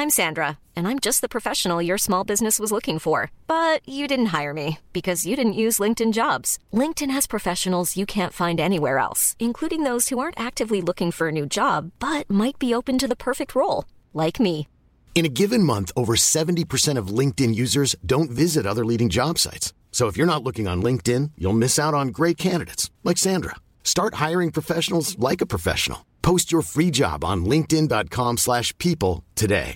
I'm Sandra, and I'm just the professional your small business was looking for. But you didn't hire me because you didn't use LinkedIn Jobs. LinkedIn has professionals you can't find anywhere else, including those who aren't actively looking for a new job, but might be open to the perfect role, like me. In a given month, over 70% of LinkedIn users don't visit other leading job sites. So if you're not looking on LinkedIn, you'll miss out on great candidates like Sandra. Start hiring professionals like a professional. Post your free job on linkedin.com/people today.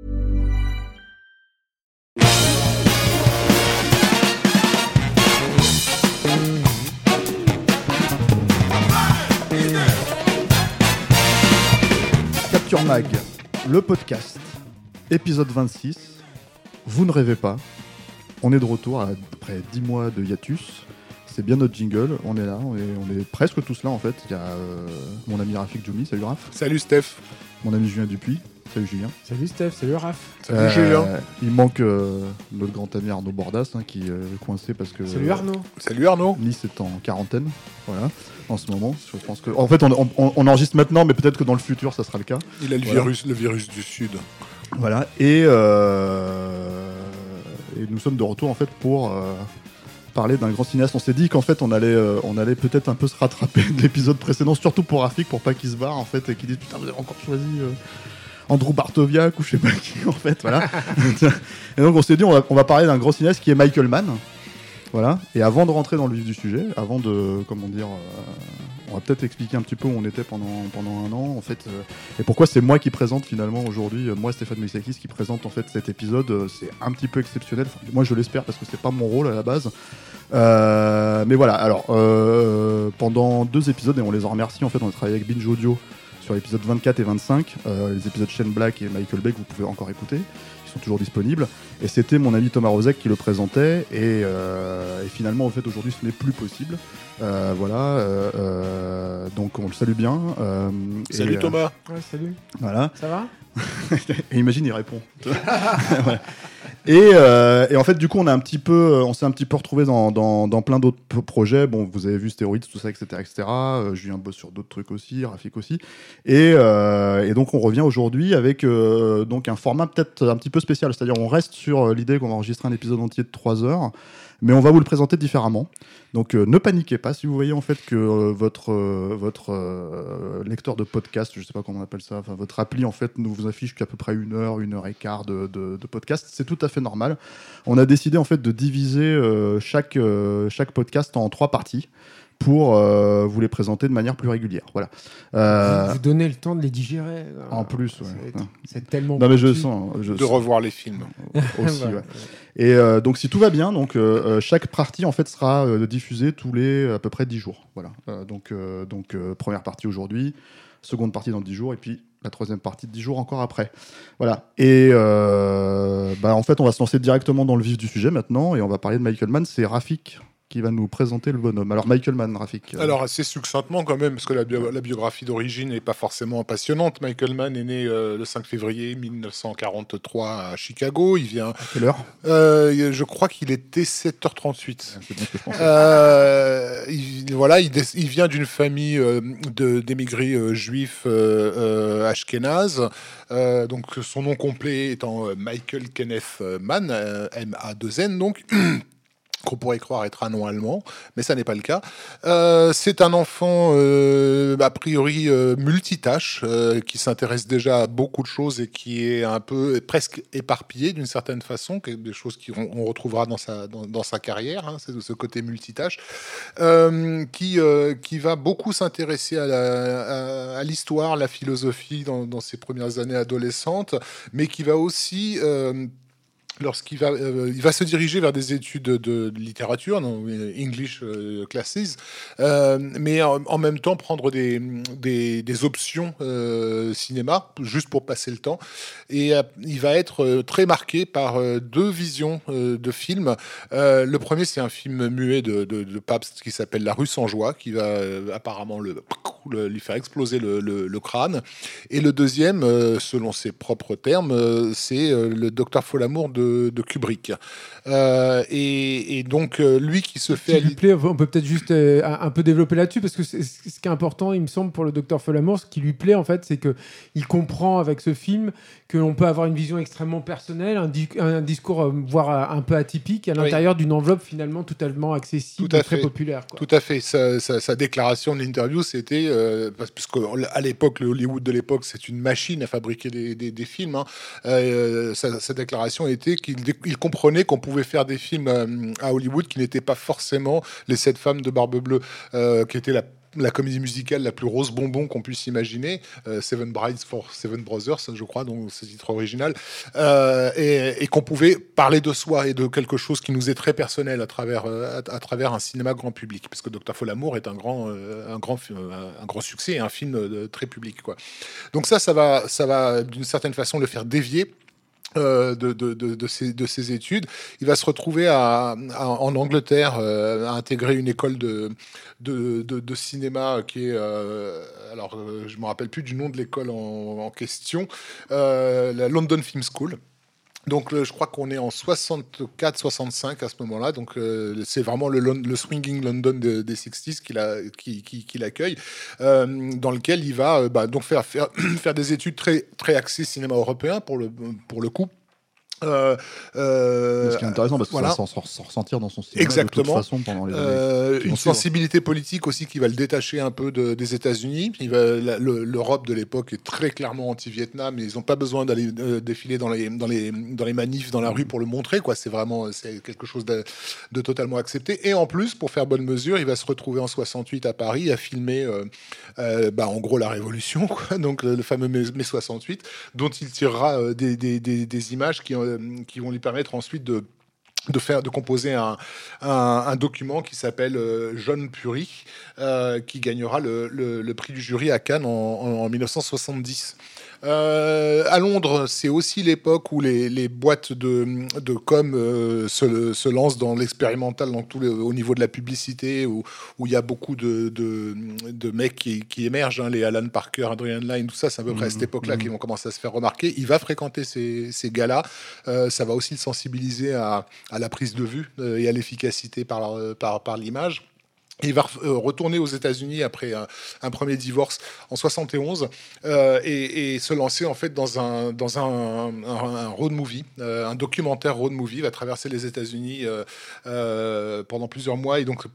Capture Mag, le podcast, épisode 26. Vous ne rêvez pas. On est de retour après 10 mois de hiatus. C'est bien notre jingle, on est là, on est presque tous là en fait. Il y a mon ami Rafik Djoumi, salut Raph. Salut Steph. Mon ami Julien Dupuis, salut Julien. Salut Steph, salut Raph. Salut Julien. Il manque notre grand ami Arnaud Bordas qui est coincé parce que... Salut Arnaud. Salut Arnaud. Nice est en quarantaine, voilà, en ce moment. Je pense que... En fait, on enregistre maintenant, mais peut-être que dans le futur, ça sera le cas. Il a le virus du Sud. Voilà, et nous sommes de retour en fait pour... parler d'un grand cinéaste. On s'est dit qu'en fait on allait peut-être un peu se rattraper de l'épisode précédent, surtout pour Rafik, pour pas qu'il se barre en fait et qu'il dise putain vous avez encore choisi Andrew Bartowiak ou je sais pas qui en fait, voilà. Et donc on s'est dit on va parler d'un grand cinéaste qui est Michael Mann, voilà. Et avant de rentrer dans le vif du sujet, avant de on va peut-être expliquer un petit peu où on était pendant un an en fait, et pourquoi c'est moi qui présente finalement aujourd'hui, moi Stéphane Moïsakis qui présente en fait cet épisode. C'est un petit peu exceptionnel, enfin, moi je l'espère parce que c'est pas mon rôle à la base, mais voilà. Alors pendant 2 épisodes, et on les en remercie en fait, on a travaillé avec Binge Audio sur l'épisode 24 et 25, les épisodes Shane Black et Michael Bay que vous pouvez encore écouter, qui sont toujours disponibles, et c'était mon ami Thomas Rozek qui le présentait, et finalement en fait aujourd'hui ce n'est plus possible, voilà, donc on le salue bien. Salut Thomas. Ouais, salut. Voilà. Ça va? Et imagine, il répond. Ouais. Et en fait, du coup, on s'est un petit peu retrouvé dans plein d'autres projets. Bon, vous avez vu Stéroïdes, tout ça, etc. Julien bosse sur d'autres trucs aussi, Rafik aussi. Et donc, on revient aujourd'hui avec donc un format peut-être un petit peu spécial. C'est-à-dire, on reste sur l'idée qu'on va enregistrer un épisode entier de 3 heures, mais on va vous le présenter différemment. Donc ne paniquez pas si vous voyez en fait que votre lecteur de podcast, je sais pas comment on appelle ça, enfin votre appli en fait nous vous affiche qu'à peu près 1 heure, 1h15 de podcast. C'est tout à fait normal. On a décidé en fait de diviser chaque podcast en 3 parties pour vous les présenter de manière plus régulière. Voilà. Vous donnez le temps de les digérer. En plus, ouais. C'est tellement... Non mais je sens. Revoir les films. Aussi, ouais. Et donc si tout va bien, donc chaque partie en fait sera diffusée tous les à peu près 10 jours. Voilà. Donc première partie aujourd'hui, seconde partie dans 10 jours, et puis la troisième partie de 10 jours encore après. Voilà. Et en fait on va se lancer directement dans le vif du sujet maintenant, et on va parler de Michael Mann. C'est Rafik qui va nous présenter le bonhomme. Alors Michael Mann, Rafik. Alors assez succinctement quand même, parce que la biographie d'origine n'est pas forcément passionnante. Michael Mann est né le 5 février 1943 à Chicago. Il vient... À quelle heure je crois qu'il était 7h38. C'est bien ce que je pensais. Il vient d'une famille d'émigrés juifs ashkénazes. Donc son nom complet étant Michael Kenneth Mann, M-A-2-N donc. Qu'on pourrait croire être un nom allemand, mais ça n'est pas le cas. C'est un enfant a priori multitâche, qui s'intéresse déjà à beaucoup de choses et qui est un peu presque éparpillé d'une certaine façon, des choses qu'on retrouvera dans sa carrière, hein, c'est de ce côté multitâche, qui va beaucoup s'intéresser à l'histoire, la philosophie dans ses premières années adolescentes, mais qui va aussi lorsqu'il va, il va se diriger vers des études de littérature, non, English classes, mais en même temps prendre des options cinéma, juste pour passer le temps. Et il va être très marqué par deux visions de films. Le premier, c'est un film muet de Pabst qui s'appelle La Rue sans joie, qui va apparemment lui faire exploser le crâne. Et le deuxième, selon ses propres termes, c'est le Docteur Folamour de de Kubrick. Et donc, lui qui se fait... Qui lui plaît, on peut peut-être juste un peu développer là-dessus, parce que ce qui est important, il me semble, pour le Dr Folamour, ce qui lui plaît, en fait, c'est qu'il comprend avec ce film que l'on peut avoir une vision extrêmement personnelle, un discours voire un peu atypique, à l'intérieur d'une enveloppe finalement totalement accessible et très populaire. Quoi. Tout à fait. Sa déclaration de l'interview, c'était... parce qu'à l'époque, le Hollywood de l'époque, c'est une machine à fabriquer des films. Hein. Sa déclaration était qu'il comprenait qu'on pouvait faire des films à Hollywood qui n'étaient pas forcément Les 7 femmes de Barbe Bleue, qui était la comédie musicale la plus rose bonbon qu'on puisse imaginer, Seven Brides for Seven Brothers, je crois, donc c'est le titre original, et qu'on pouvait parler de soi et de quelque chose qui nous est très personnel à travers un cinéma grand public, parce que Dr Folamour est un grand succès et un film très public, quoi. Donc ça va d'une certaine façon le faire dévier de ses études. Il va se retrouver en Angleterre à intégrer une école de cinéma qui est je me rappelle plus du nom de l'école en question, la London Film School. Donc je crois qu'on est en 64-65 à ce moment-là, donc c'est vraiment le swinging London des 60s qui l'accueille, dans lequel il va donc faire des études très, très axées cinéma européen pour le coup. Ce qui est intéressant parce que ça va s'en ressentir dans son cinéma. Exactement. De toute façon pendant les années une sensibilité politique aussi qui va le détacher un peu des États-Unis. L'Europe de l'époque est très clairement anti-Vietnam, et ils n'ont pas besoin d'aller défiler dans les manifs dans la rue pour le montrer, quoi. C'est quelque chose de totalement accepté. Et en plus, pour faire bonne mesure, il va se retrouver en 68 à Paris à filmer en gros la Révolution, quoi. Donc le fameux mai 68, dont il tirera des images qui vont lui permettre ensuite de composer un document qui s'appelle John Puri, qui gagnera le prix du jury à Cannes en 1970. À Londres, c'est aussi l'époque où les boîtes de com se lancent dans l'expérimental, donc au niveau de la publicité, où il y a beaucoup de mecs qui émergent, hein, les Alan Parker, Adrian Lyne, tout ça, c'est à peu près à cette époque-là qu'ils vont commencer à se faire remarquer. Il va fréquenter ces galas, ça va aussi le sensibiliser à la prise de vue et à l'efficacité par l'image. Il va retourner aux États-Unis après un premier divorce en 71 et se lancer en fait dans un road movie, un documentaire road movie. Il va traverser les États-Unis pendant plusieurs mois, et donc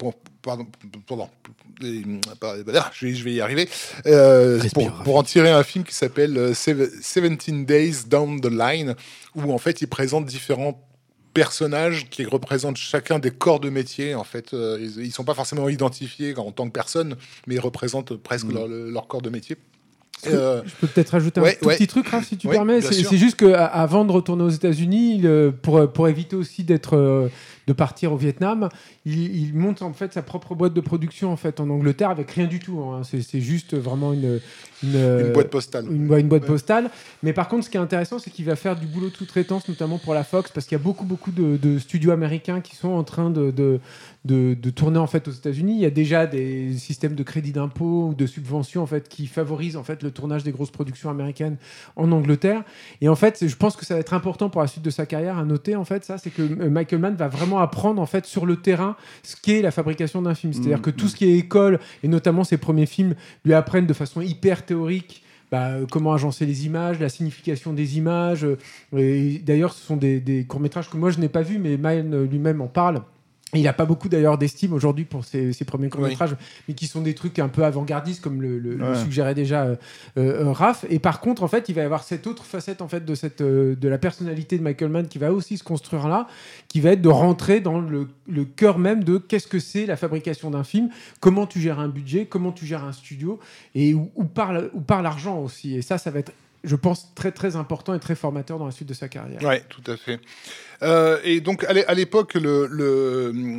je vais y arriver, pour en tirer un film qui s'appelle 17 Days Down the Line, où en fait il présente différents personnages qui représentent chacun des corps de métier. En fait, ils sont pas forcément identifiés en tant que personnes, mais ils représentent presque leur corps de métier. Je peux peut-être rajouter un petit truc, Raph, si tu permets. C'est juste qu'avant de retourner aux États-Unis, pour éviter aussi de partir au Vietnam, il monte en fait sa propre boîte de production en fait en Angleterre avec rien du tout. Hein. C'est juste vraiment une boîte postale. Une boîte postale. Mais par contre, ce qui est intéressant, c'est qu'il va faire du boulot de sous-traitance, notamment pour la Fox, parce qu'il y a beaucoup de studios américains qui sont en train de tourner en fait aux États-Unis. Il y a déjà des systèmes de crédit d'impôt ou de subventions en fait qui favorisent en fait le tournage des grosses productions américaines en Angleterre. Et en fait, je pense que ça va être important pour la suite de sa carrière à noter en fait ça, c'est que Michael Mann va vraiment apprendre en fait sur le terrain ce qu'est la fabrication d'un film. C'est-à-dire que tout ce qui est école, et notamment ses premiers films, lui apprennent de façon hyper théorique comment agencer les images, la signification des images. Et d'ailleurs, ce sont des courts-métrages que moi je n'ai pas vus, mais Mann lui-même en parle. Il n'a pas beaucoup d'ailleurs d'estime aujourd'hui pour ses premiers courts-métrages, mais qui sont des trucs un peu avant-gardistes, comme le suggérait déjà Raph. Et par contre, en fait, il va y avoir cette autre facette en fait de la personnalité de Michael Mann qui va aussi se construire là, qui va être de rentrer dans le cœur même de qu'est-ce que c'est la fabrication d'un film, comment tu gères un budget, comment tu gères un studio, et où part l'argent aussi. Et ça va être, je pense, très très important et très formateur dans la suite de sa carrière. Oui, tout à fait. Et donc à l'époque, le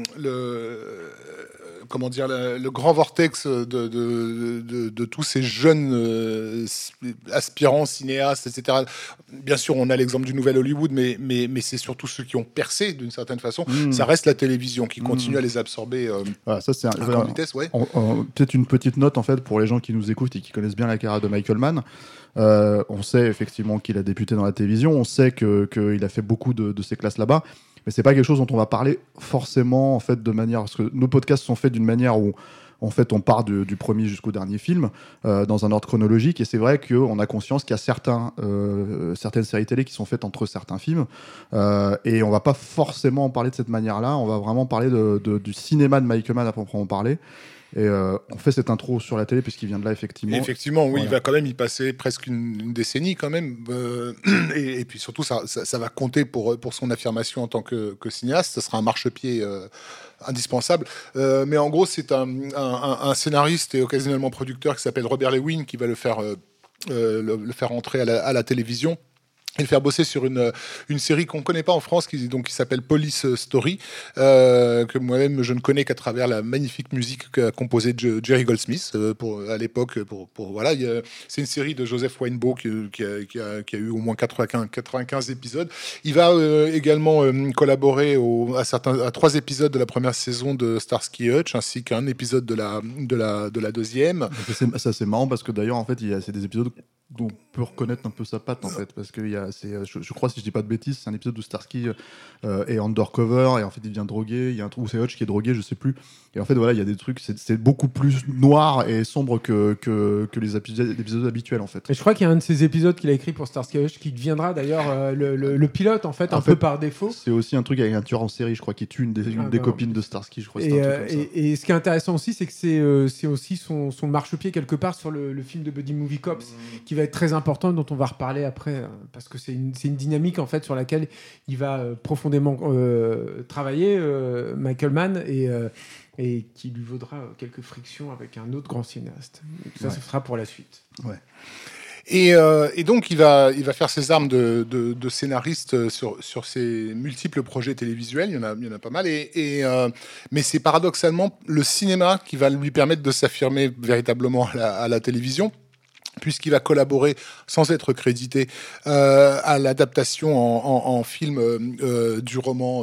grand vortex de tous ces jeunes aspirants cinéastes, etc. Bien sûr, on a l'exemple du Nouvel Hollywood, mais c'est surtout ceux qui ont percé d'une certaine façon. Ça reste la télévision qui continue à les absorber ça, c'est à grande vitesse. Peut-être une petite note en fait pour les gens qui nous écoutent et qui connaissent bien la carrière de Michael Mann. On on sait effectivement qu'il a débuté dans la télévision, on sait qu'il a fait beaucoup de ses classes là-bas, mais c'est pas quelque chose dont on va parler forcément en fait de manière, parce que nos podcasts sont faits d'une manière où en fait on part du premier jusqu'au dernier film dans un ordre chronologique, et c'est vrai qu'on a conscience qu'il y a certaines séries télé qui sont faites entre certains films, et on va pas forcément en parler de cette manière-là, on va vraiment parler du cinéma de Michael Mann à proprement parler. Et on fait cette intro sur la télé puisqu'il vient de là, effectivement. Effectivement, oui, voilà. Il va quand même y passer presque une décennie quand même. Et puis surtout, ça va compter pour son affirmation en tant que cinéaste. Ce sera un marchepied indispensable. Mais en gros, c'est un scénariste et occasionnellement producteur qui s'appelle Robert Lewin qui va le faire entrer à la télévision. Et le faire bosser sur une série qu'on ne connaît pas en France, qui s'appelle Police Story, que moi-même je ne connais qu'à travers la magnifique musique qu'a composée Jerry Goldsmith à l'époque. Voilà, c'est une série de Joseph Weinbaum qui a eu au moins 95 épisodes. Il va également collaborer à 3 épisodes de la première saison de Starsky et Hutch, ainsi qu'un épisode de la deuxième. Ça c'est marrant parce que d'ailleurs en fait c'est des épisodes dont on peut reconnaître un peu sa patte en fait, parce que je crois, si je dis pas de bêtises, c'est un épisode où Starsky est undercover et en fait il devient drogué, il y a un truc où c'est Hutch qui est drogué, je sais plus, et en fait voilà, il y a des trucs, c'est beaucoup plus noir et sombre que les épisodes habituels en fait. Et je crois qu'il y a un de ces épisodes qu'il a écrit pour Starsky et Hutch qui deviendra d'ailleurs le pilote en fait, un peu par défaut. C'est aussi un truc avec un tueur en série, je crois, qui tue une des copines de Starsky, je crois. Et ce qui est intéressant aussi, c'est que c'est aussi son marchepied quelque part sur le film de Buddy Movie Cops, qui va être très important, dont on va reparler après, parce que c'est une dynamique en fait sur laquelle il va profondément travailler, Michael Mann, et qui lui vaudra quelques frictions avec un autre grand cinéaste. Donc ça, ce sera pour la suite. Ouais. Et donc il va faire ses armes de scénariste sur ses multiples projets télévisuels. Il y en a pas mal. Mais c'est paradoxalement le cinéma qui va lui permettre de s'affirmer véritablement à la télévision, puisqu'il va collaborer sans être crédité à l'adaptation en film du roman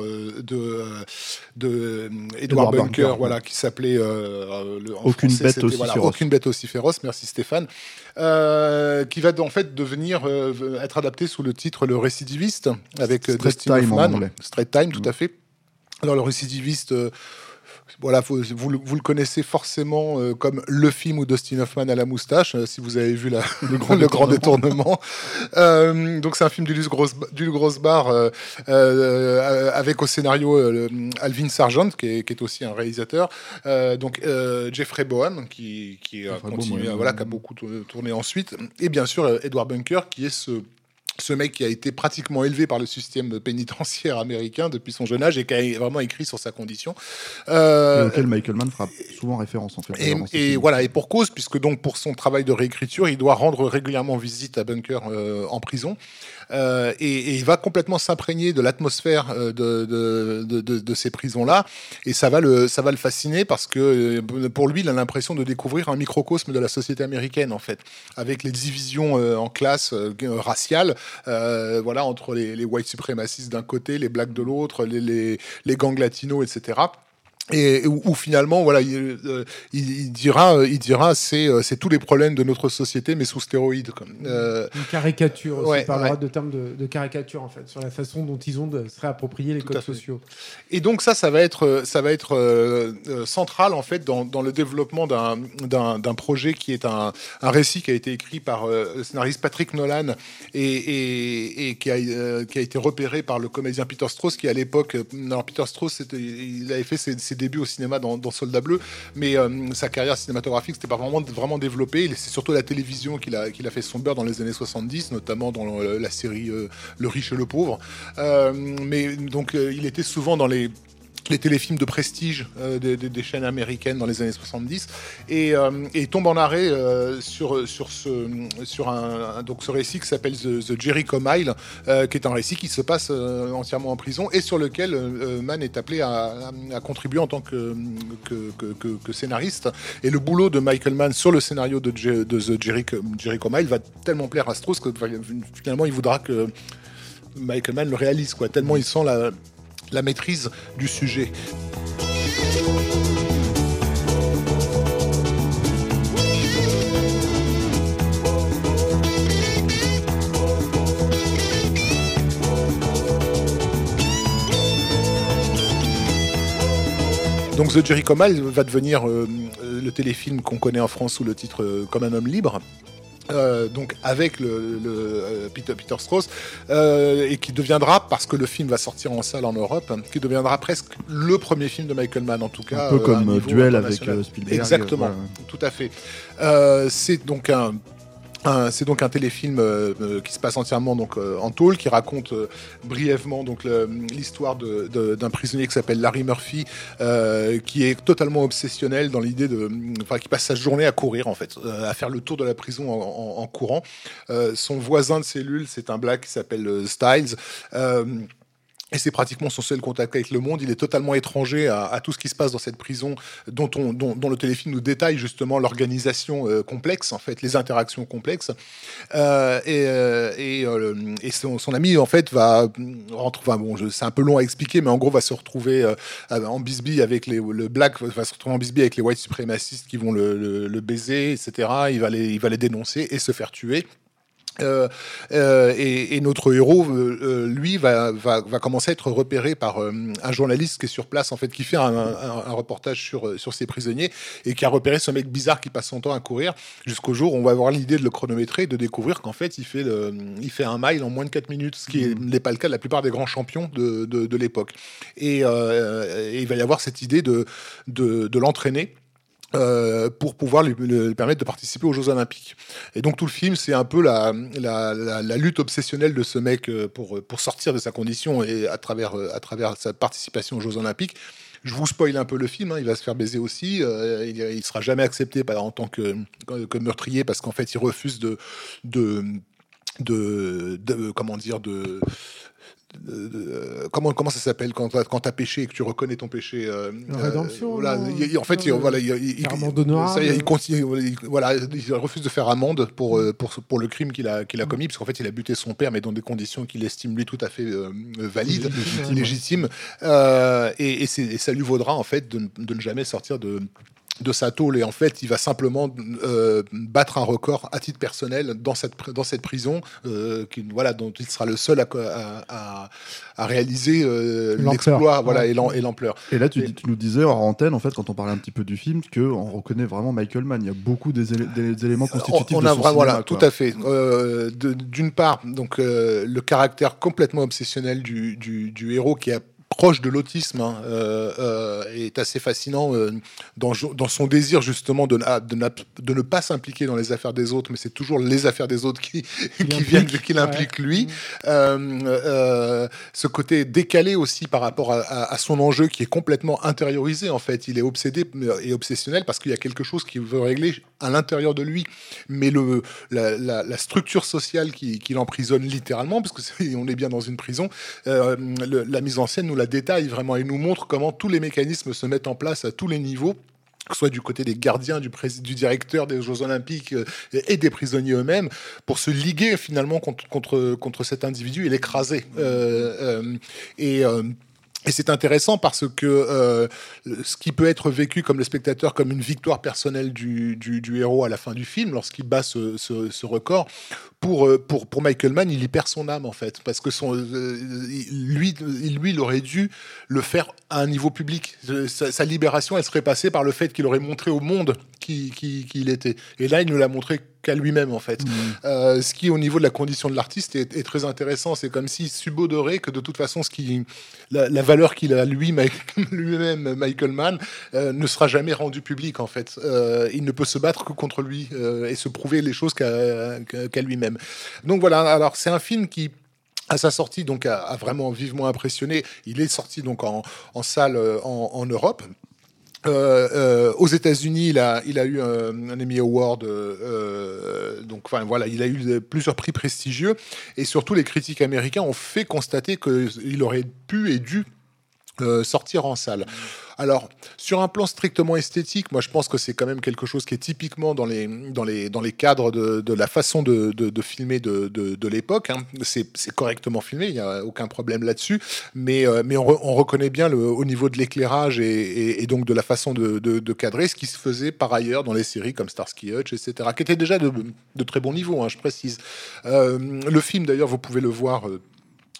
de Edward Bunker, voilà, qui s'appelait Aucune bête aussi féroce. Aucune bête aussi féroce. Merci Stéphane. Qui va en fait devenir être adapté sous le titre Le Récidiviste avec Dustin Hoffman. Straight Time, tout à fait. Alors Le Récidiviste. Voilà, vous le connaissez forcément comme le film où Dustin Hoffman a la moustache, si vous avez vu le grand détournement. Donc c'est un film d'Ulysse Grosbar avec au scénario Alvin Sargent, qui est aussi un réalisateur. Donc Jeffrey Boham, qui a continué, qui a beaucoup tourné ensuite. Et bien sûr Edward Bunker, qui est ce mec qui a été pratiquement élevé par le système pénitentiaire américain depuis son jeune âge et qui a vraiment écrit sur sa condition. Auquel Michael Mann fera souvent référence en fait. Et voilà, et pour cause, puisque donc pour son travail de réécriture, il doit rendre régulièrement visite à Bunker en prison. Et il va complètement s'imprégner de l'atmosphère de ces prisons-là, et ça va le fasciner parce que pour lui, il a l'impression de découvrir un microcosme de la société américaine en fait, avec les divisions en classes raciales, voilà, entre les white suprémacistes d'un côté, les blacks de l'autre, les gangs latinos, etc. Et où finalement, voilà, il dira c'est tous les problèmes de notre société, mais sous stéroïdes. Une caricature aussi, il parlera de termes de caricature en fait, sur la façon dont ils ont de se réapproprier les codes sociaux. Et donc ça va être central en fait dans le développement d'un projet qui est un récit qui a été écrit par le scénariste Patrick Nolan et qui a été repéré par le comédien Peter Strauss, qui à l'époque, alors Peter Strauss il avait fait ses débuts au cinéma dans Soldat Bleu, mais sa carrière cinématographique c'était pas vraiment développé. C'est surtout la télévision qu'il a fait son beurre dans les années 70, notamment dans la série Le Riche et le Pauvre, mais donc il était souvent dans les téléfilms de prestige des chaînes américaines dans les années 70, et il tombe en arrêt sur ce récit qui s'appelle The Jericho Mile, qui est un récit qui se passe entièrement en prison et sur lequel Mann est appelé à contribuer en tant que scénariste. Et le boulot de Michael Mann sur le scénario de The Jericho Mile va tellement plaire à Strauss que finalement il voudra que Michael Mann le réalise, quoi, tellement il sent la maîtrise du sujet. Donc The Jericho Mile va devenir le téléfilm qu'on connaît en France sous le titre Comme un homme libre. Donc avec Peter Strauss et qui deviendra, parce que le film va sortir en salle en Europe, qui deviendra presque le premier film de Michael Mann, en tout cas un peu comme Duel avec Spielberg. Exactement, tout à fait. C'est donc un téléfilm qui se passe entièrement donc en tôle, qui raconte brièvement donc l'histoire d'un prisonnier qui s'appelle Larry Murphy, qui est totalement obsessionnel dans l'idée qui passe sa journée à courir en fait, à faire le tour de la prison en courant. Son voisin de cellule, c'est un black qui s'appelle Styles. Et c'est pratiquement son seul contact avec le monde. Il est totalement étranger à tout ce qui se passe dans cette prison, dont le téléfilm nous détaille justement l'organisation complexe, en fait, les interactions complexes. Et son ami, en fait, c'est un peu long à expliquer, mais en gros, va se retrouver en bisbille avec le black, va se retrouver en bisbille avec les white suprémacistes qui vont le baiser, etc. Il va les dénoncer et se faire tuer. Et notre héros, lui, va commencer à être repéré par un journaliste qui est sur place, en fait, qui fait un reportage sur ces prisonniers et qui a repéré ce mec bizarre qui passe son temps à courir, jusqu'au jour où on va avoir l'idée de le chronométrer et de découvrir qu'en fait il fait un mile en moins de 4 minutes, ce qui n'est pas le cas de la plupart des grands champions de l'époque. Et il va y avoir cette idée de l'entraîner pour pouvoir lui permettre de participer aux Jeux Olympiques. Et donc tout le film, c'est un peu la lutte obsessionnelle de ce mec pour sortir de sa condition et à travers sa participation aux Jeux Olympiques. Je vous spoil un peu le film, hein, il va se faire baiser aussi, il sera jamais accepté en tant que meurtrier, parce qu'en fait il refuse comment ça s'appelle quand t'as péché et que tu reconnais ton péché, rédemption, en fait il continue, il refuse de faire amende pour le crime qu'il a commis, parce qu'en fait il a buté son père, mais dans des conditions qu'il estime lui tout à fait valides, légitimes, et ça lui vaudra en fait de ne jamais sortir de sa tôle. Et en fait il va simplement battre un record à titre personnel dans cette prison, dont il sera le seul à réaliser l'exploit, et l'ampleur. Et là tu nous disais hors antenne, en fait, quand on parlait un petit peu du film, qu'on reconnaît vraiment Michael Mann. Il y a beaucoup des éléments constitutifs de son cinéma, tout à fait. D'une part, donc le caractère complètement obsessionnel du héros, qui a proche de l'autisme, est assez fascinant dans son désir justement de ne pas s'impliquer dans les affaires des autres, mais c'est toujours les affaires des autres qui l'impliquent lui. Ce côté décalé aussi par rapport à son enjeu, qui est complètement intériorisé en fait. Il est obsédé et obsessionnel parce qu'il y a quelque chose qu'il veut régler à l'intérieur de lui, mais la structure sociale qui l'emprisonne littéralement, parce qu'on est bien dans une prison, la mise en scène nous la détaille vraiment et nous montre comment tous les mécanismes se mettent en place à tous les niveaux, que ce soit du côté des gardiens, du directeur des Jeux Olympiques et des prisonniers eux-mêmes, pour se liguer finalement contre cet individu et l'écraser. Et c'est intéressant parce que ce qui peut être vécu comme le spectateur comme une victoire personnelle du héros à la fin du film, lorsqu'il bat ce record, pour Michael Mann, il y perd son âme en fait, parce que lui, il aurait dû le faire à un niveau public. Sa libération, elle serait passée par le fait qu'il aurait montré au monde qui il était. Et là, il ne l'a montré qu'à lui-même en fait. Ce qui, au niveau de la condition de l'artiste, est très intéressant. C'est comme s'il subodorait que de toute façon, la valeur qu'il a lui-même, Michael Mann, ne sera jamais rendue publique en fait. Il ne peut se battre que contre lui et se prouver les choses qu'à lui-même. Donc voilà. Alors c'est un film qui, à sa sortie, donc a vraiment vivement impressionné. Il est sorti donc en salle en Europe. Aux États-Unis, il a eu un Emmy Award, il a eu plusieurs prix prestigieux, et surtout les critiques américains ont fait constater qu'il aurait pu et dû sortir en salle. Alors, sur un plan strictement esthétique, moi je pense que c'est quand même quelque chose qui est typiquement dans les cadres de la façon de filmer de l'époque. Hein. C'est correctement filmé, il n'y a aucun problème là-dessus, mais on reconnaît bien au niveau de l'éclairage et donc de la façon de cadrer ce qui se faisait par ailleurs dans les séries comme Starsky Hutch, etc., qui étaient déjà de très bon niveau, hein, je précise. Le film, d'ailleurs, vous pouvez le voir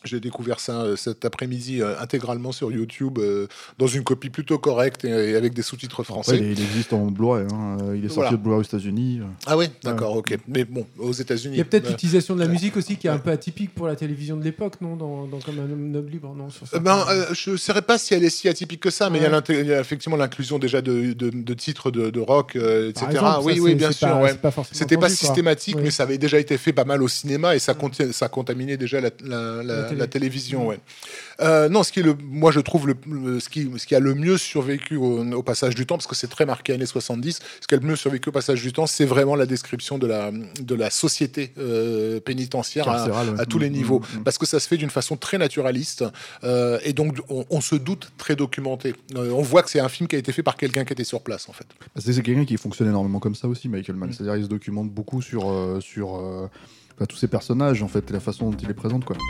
J'ai découvert ça cet après-midi intégralement sur YouTube dans une copie plutôt correcte et avec des sous-titres français. Ouais, il existe en Blu-ray. Il est sorti de Blu-ray aux États-Unis. Ah oui, d'accord, ok. Mais bon, aux États-Unis. Il y a peut-être l'utilisation de la musique aussi qui est un peu atypique pour la télévision de l'époque, non, dans Comme un homme libre, non, sur je ne saurais pas si elle est si atypique que ça, mais il y a effectivement l'inclusion déjà de titres de rock, etc. Exemple, oui, bien sûr. C'était pas systématique, quoi. mais ça avait déjà été fait pas mal au cinéma et ça contaminait déjà la télévision. Ouais. Non, moi je trouve ce qui a le mieux survécu au passage du temps, parce que c'est très marqué années 70, ce qui a le mieux survécu au passage du temps, c'est vraiment la description de la société pénitentiaire à tous les niveaux, parce que ça se fait d'une façon très naturaliste et donc on se doute très documenté. On voit que c'est un film qui a été fait par quelqu'un qui était sur place en fait. C'est quelqu'un qui fonctionne énormément comme ça aussi, Michael Mann. C'est-à-dire il se documente beaucoup sur tous ces personnages en fait, et la façon dont il les présente, quoi.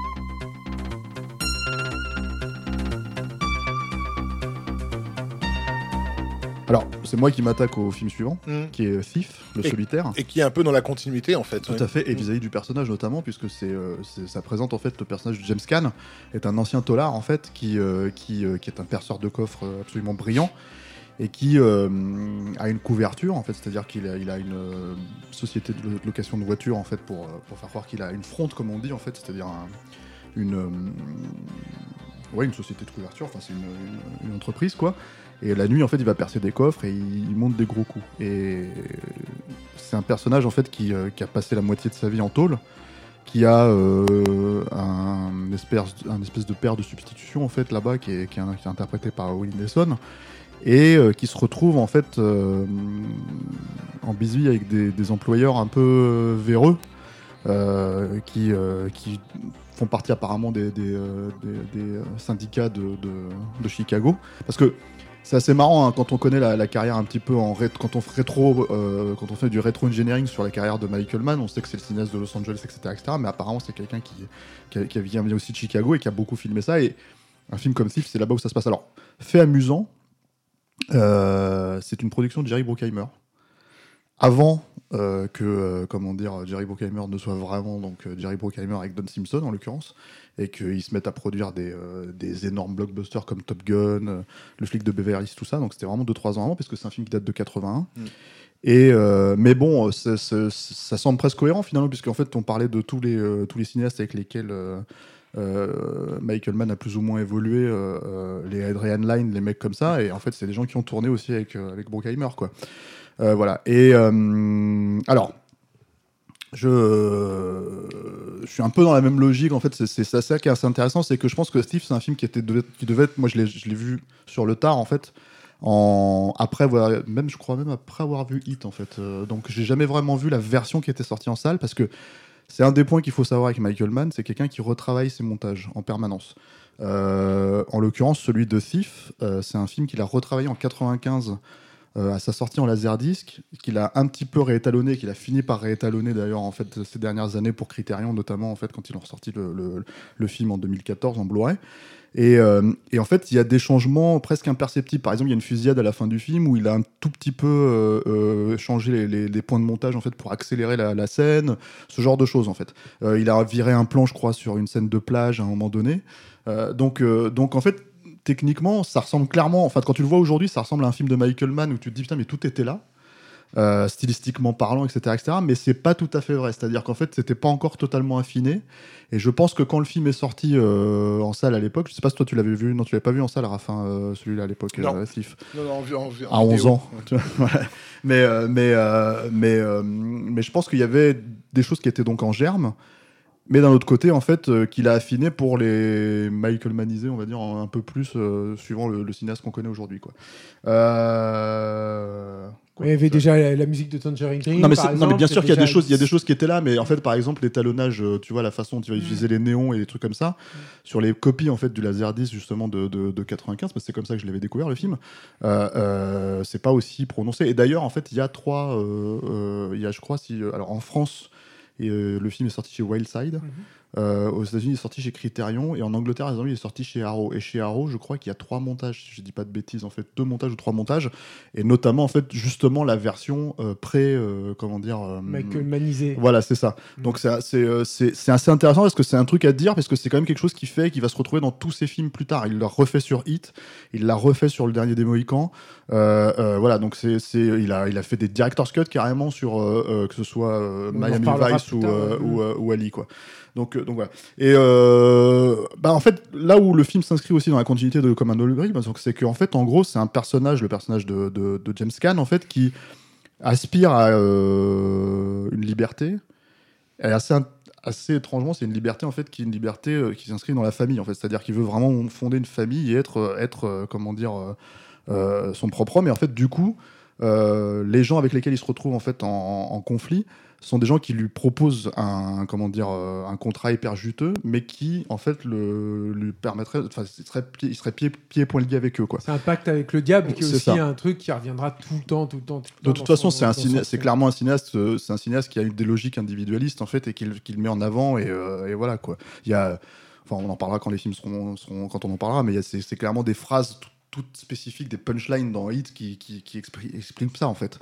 Alors, c'est moi qui m'attaque au film suivant, qui est Thief, le solitaire. Et qui est un peu dans la continuité, en fait. Tout à fait, et vis-à-vis du personnage notamment, puisque ça présente en fait le personnage de James Caan, est un ancien tolard en fait, qui est un perceur de coffres absolument brillant, et qui a une couverture en fait, c'est-à-dire qu'il a une société de location de voitures en fait, pour faire croire qu'il a une fronte, comme on dit en fait, c'est-à-dire une société de couverture, enfin c'est une entreprise quoi. Et la nuit en fait il va percer des coffres et il monte des gros coups. Et c'est un personnage en fait qui a passé la moitié de sa vie en tôle, qui a un espèce de père de substitution en fait là-bas qui est interprété par Willie Nelson, et qui se retrouve en fait en bisbille avec des employeurs un peu véreux qui font partie apparemment des syndicats de Chicago, parce que c'est assez marrant hein, quand on connaît la carrière un petit peu quand on fait du rétro-engineering sur la carrière de Michael Mann, on sait que c'est le cinéaste de Los Angeles, etc. mais apparemment c'est quelqu'un qui vient aussi de Chicago et qui a beaucoup filmé ça, et un film comme Thief, c'est là-bas où ça se passe. Alors, fait amusant, c'est une production de Jerry Bruckheimer. Avant Jerry Bruckheimer ne soit vraiment Jerry Bruckheimer avec Don Simpson en l'occurrence, et qu'ils se mettent à produire des énormes blockbusters comme Top Gun, Le flic de Beverly Hills, tout ça. Donc c'était vraiment 2-3 ans avant, parce que c'est un film qui date de 81. Et mais bon, ça semble presque cohérent finalement, puisqu'en fait on parlait de tous les cinéastes avec lesquels Michael Mann a plus ou moins évolué, les Adrian Lyne, les mecs comme ça, et en fait c'est des gens qui ont tourné aussi avec Bruckheimer quoi. Voilà. Et alors, je suis un peu dans la même logique. En fait, c'est ça qui est assez intéressant, c'est que je pense que Thief, c'est un film qui devait être. Moi, je l'ai vu sur le tard, en fait. Je crois même après avoir vu Hit, en fait. Donc, j'ai jamais vraiment vu la version qui était sortie en salle, parce que c'est un des points qu'il faut savoir avec Michael Mann, c'est quelqu'un qui retravaille ses montages en permanence. En l'occurrence, celui de Thief, c'est un film qu'il a retravaillé en 95. À sa sortie en laserdisc, qu'il a un petit peu réétalonné, qu'il a fini par réétalonner d'ailleurs en fait ces dernières années pour Criterion, notamment en fait quand ils ont ressorti le film en 2014 en Blu-ray. Et en fait il y a des changements presque imperceptibles. Par exemple, il y a une fusillade à la fin du film où il a un tout petit peu changé les points de montage en fait pour accélérer la scène, ce genre de choses en fait. Il a viré un plan, je crois, sur une scène de plage à un moment donné. Donc en fait, techniquement, ça ressemble clairement. Enfin, quand tu le vois aujourd'hui, ça ressemble à un film de Michael Mann où tu te dis putain, mais tout était là, stylistiquement parlant, etc., etc. Mais c'est pas tout à fait vrai. C'est-à-dire qu'en fait, c'était pas encore totalement affiné. Et je pense que quand le film est sorti en salle à l'époque, je sais pas si toi tu l'avais vu, non, tu l'avais pas vu en salle, Raphaël, celui-là à l'époque, Thief. Non, à 11 ans. Tu vois, ouais. Mais je pense qu'il y avait des choses qui étaient donc en germe. Mais d'un autre côté, en fait, qu'il a affiné pour les Michael Mannisés, on va dire, un peu plus, suivant le cinéaste qu'on connaît aujourd'hui, quoi. Il y avait déjà la musique de Tangerine Dream. Non, mais bien sûr qu'il y a des choses qui étaient là, mais en fait, par exemple, l'étalonnage, tu vois, la façon dont tu vas utiliser les néons et des trucs comme ça, sur les copies en fait du Laserdisc justement de 95, parce que c'est comme ça que je l'avais découvert le film. C'est pas aussi prononcé. Et d'ailleurs, en fait, il y a je crois, alors en France. Et le film est sorti chez Wildside. Aux États-Unis, il est sorti chez Criterion, et en Angleterre, par exemple, il est sorti chez Arrow. Et chez Arrow, je crois qu'il y a 3 montages, si je dis pas de bêtises, en fait, 2 montages ou 3 montages, et notamment, en fait, justement, la version Michael Manizé. Voilà, c'est ça. Donc c'est assez intéressant parce que c'est un truc à dire, parce que c'est quand même quelque chose qui va se retrouver dans tous ses films plus tard. Il l'a refait sur Hit, il l'a refait sur Le Dernier des Mohicans. Voilà, donc il a fait des director's cut carrément sur que ce soit Miami Vice ou Ali, quoi. Donc voilà. Et en fait, là où le film s'inscrit aussi dans la continuité de Comme un hologramme, c'est qu'en fait, en gros, c'est le personnage de James Caan, en fait, qui aspire à une liberté. Et assez étrangement, c'est une liberté en fait qui s'inscrit dans la famille, en fait. C'est-à-dire qu'il veut vraiment fonder une famille et être son propre homme. Et en fait, du coup, les gens avec lesquels il se retrouve en fait en conflit sont des gens qui lui proposent un contrat hyper juteux, mais qui en fait lui permettrait, il serait pieds et poings liés avec eux, quoi. C'est un pacte avec le diable, qui est aussi un truc qui reviendra tout le temps. De toute façon, c'est clairement un cinéaste. C'est un cinéaste qui a eu des logiques individualistes en fait et qu'il met en avant, et voilà, quoi. On en parlera quand les films seront quand on en parlera, mais c'est clairement des phrases toutes spécifiques, des punchlines dans Hit qui expriment ça, en fait.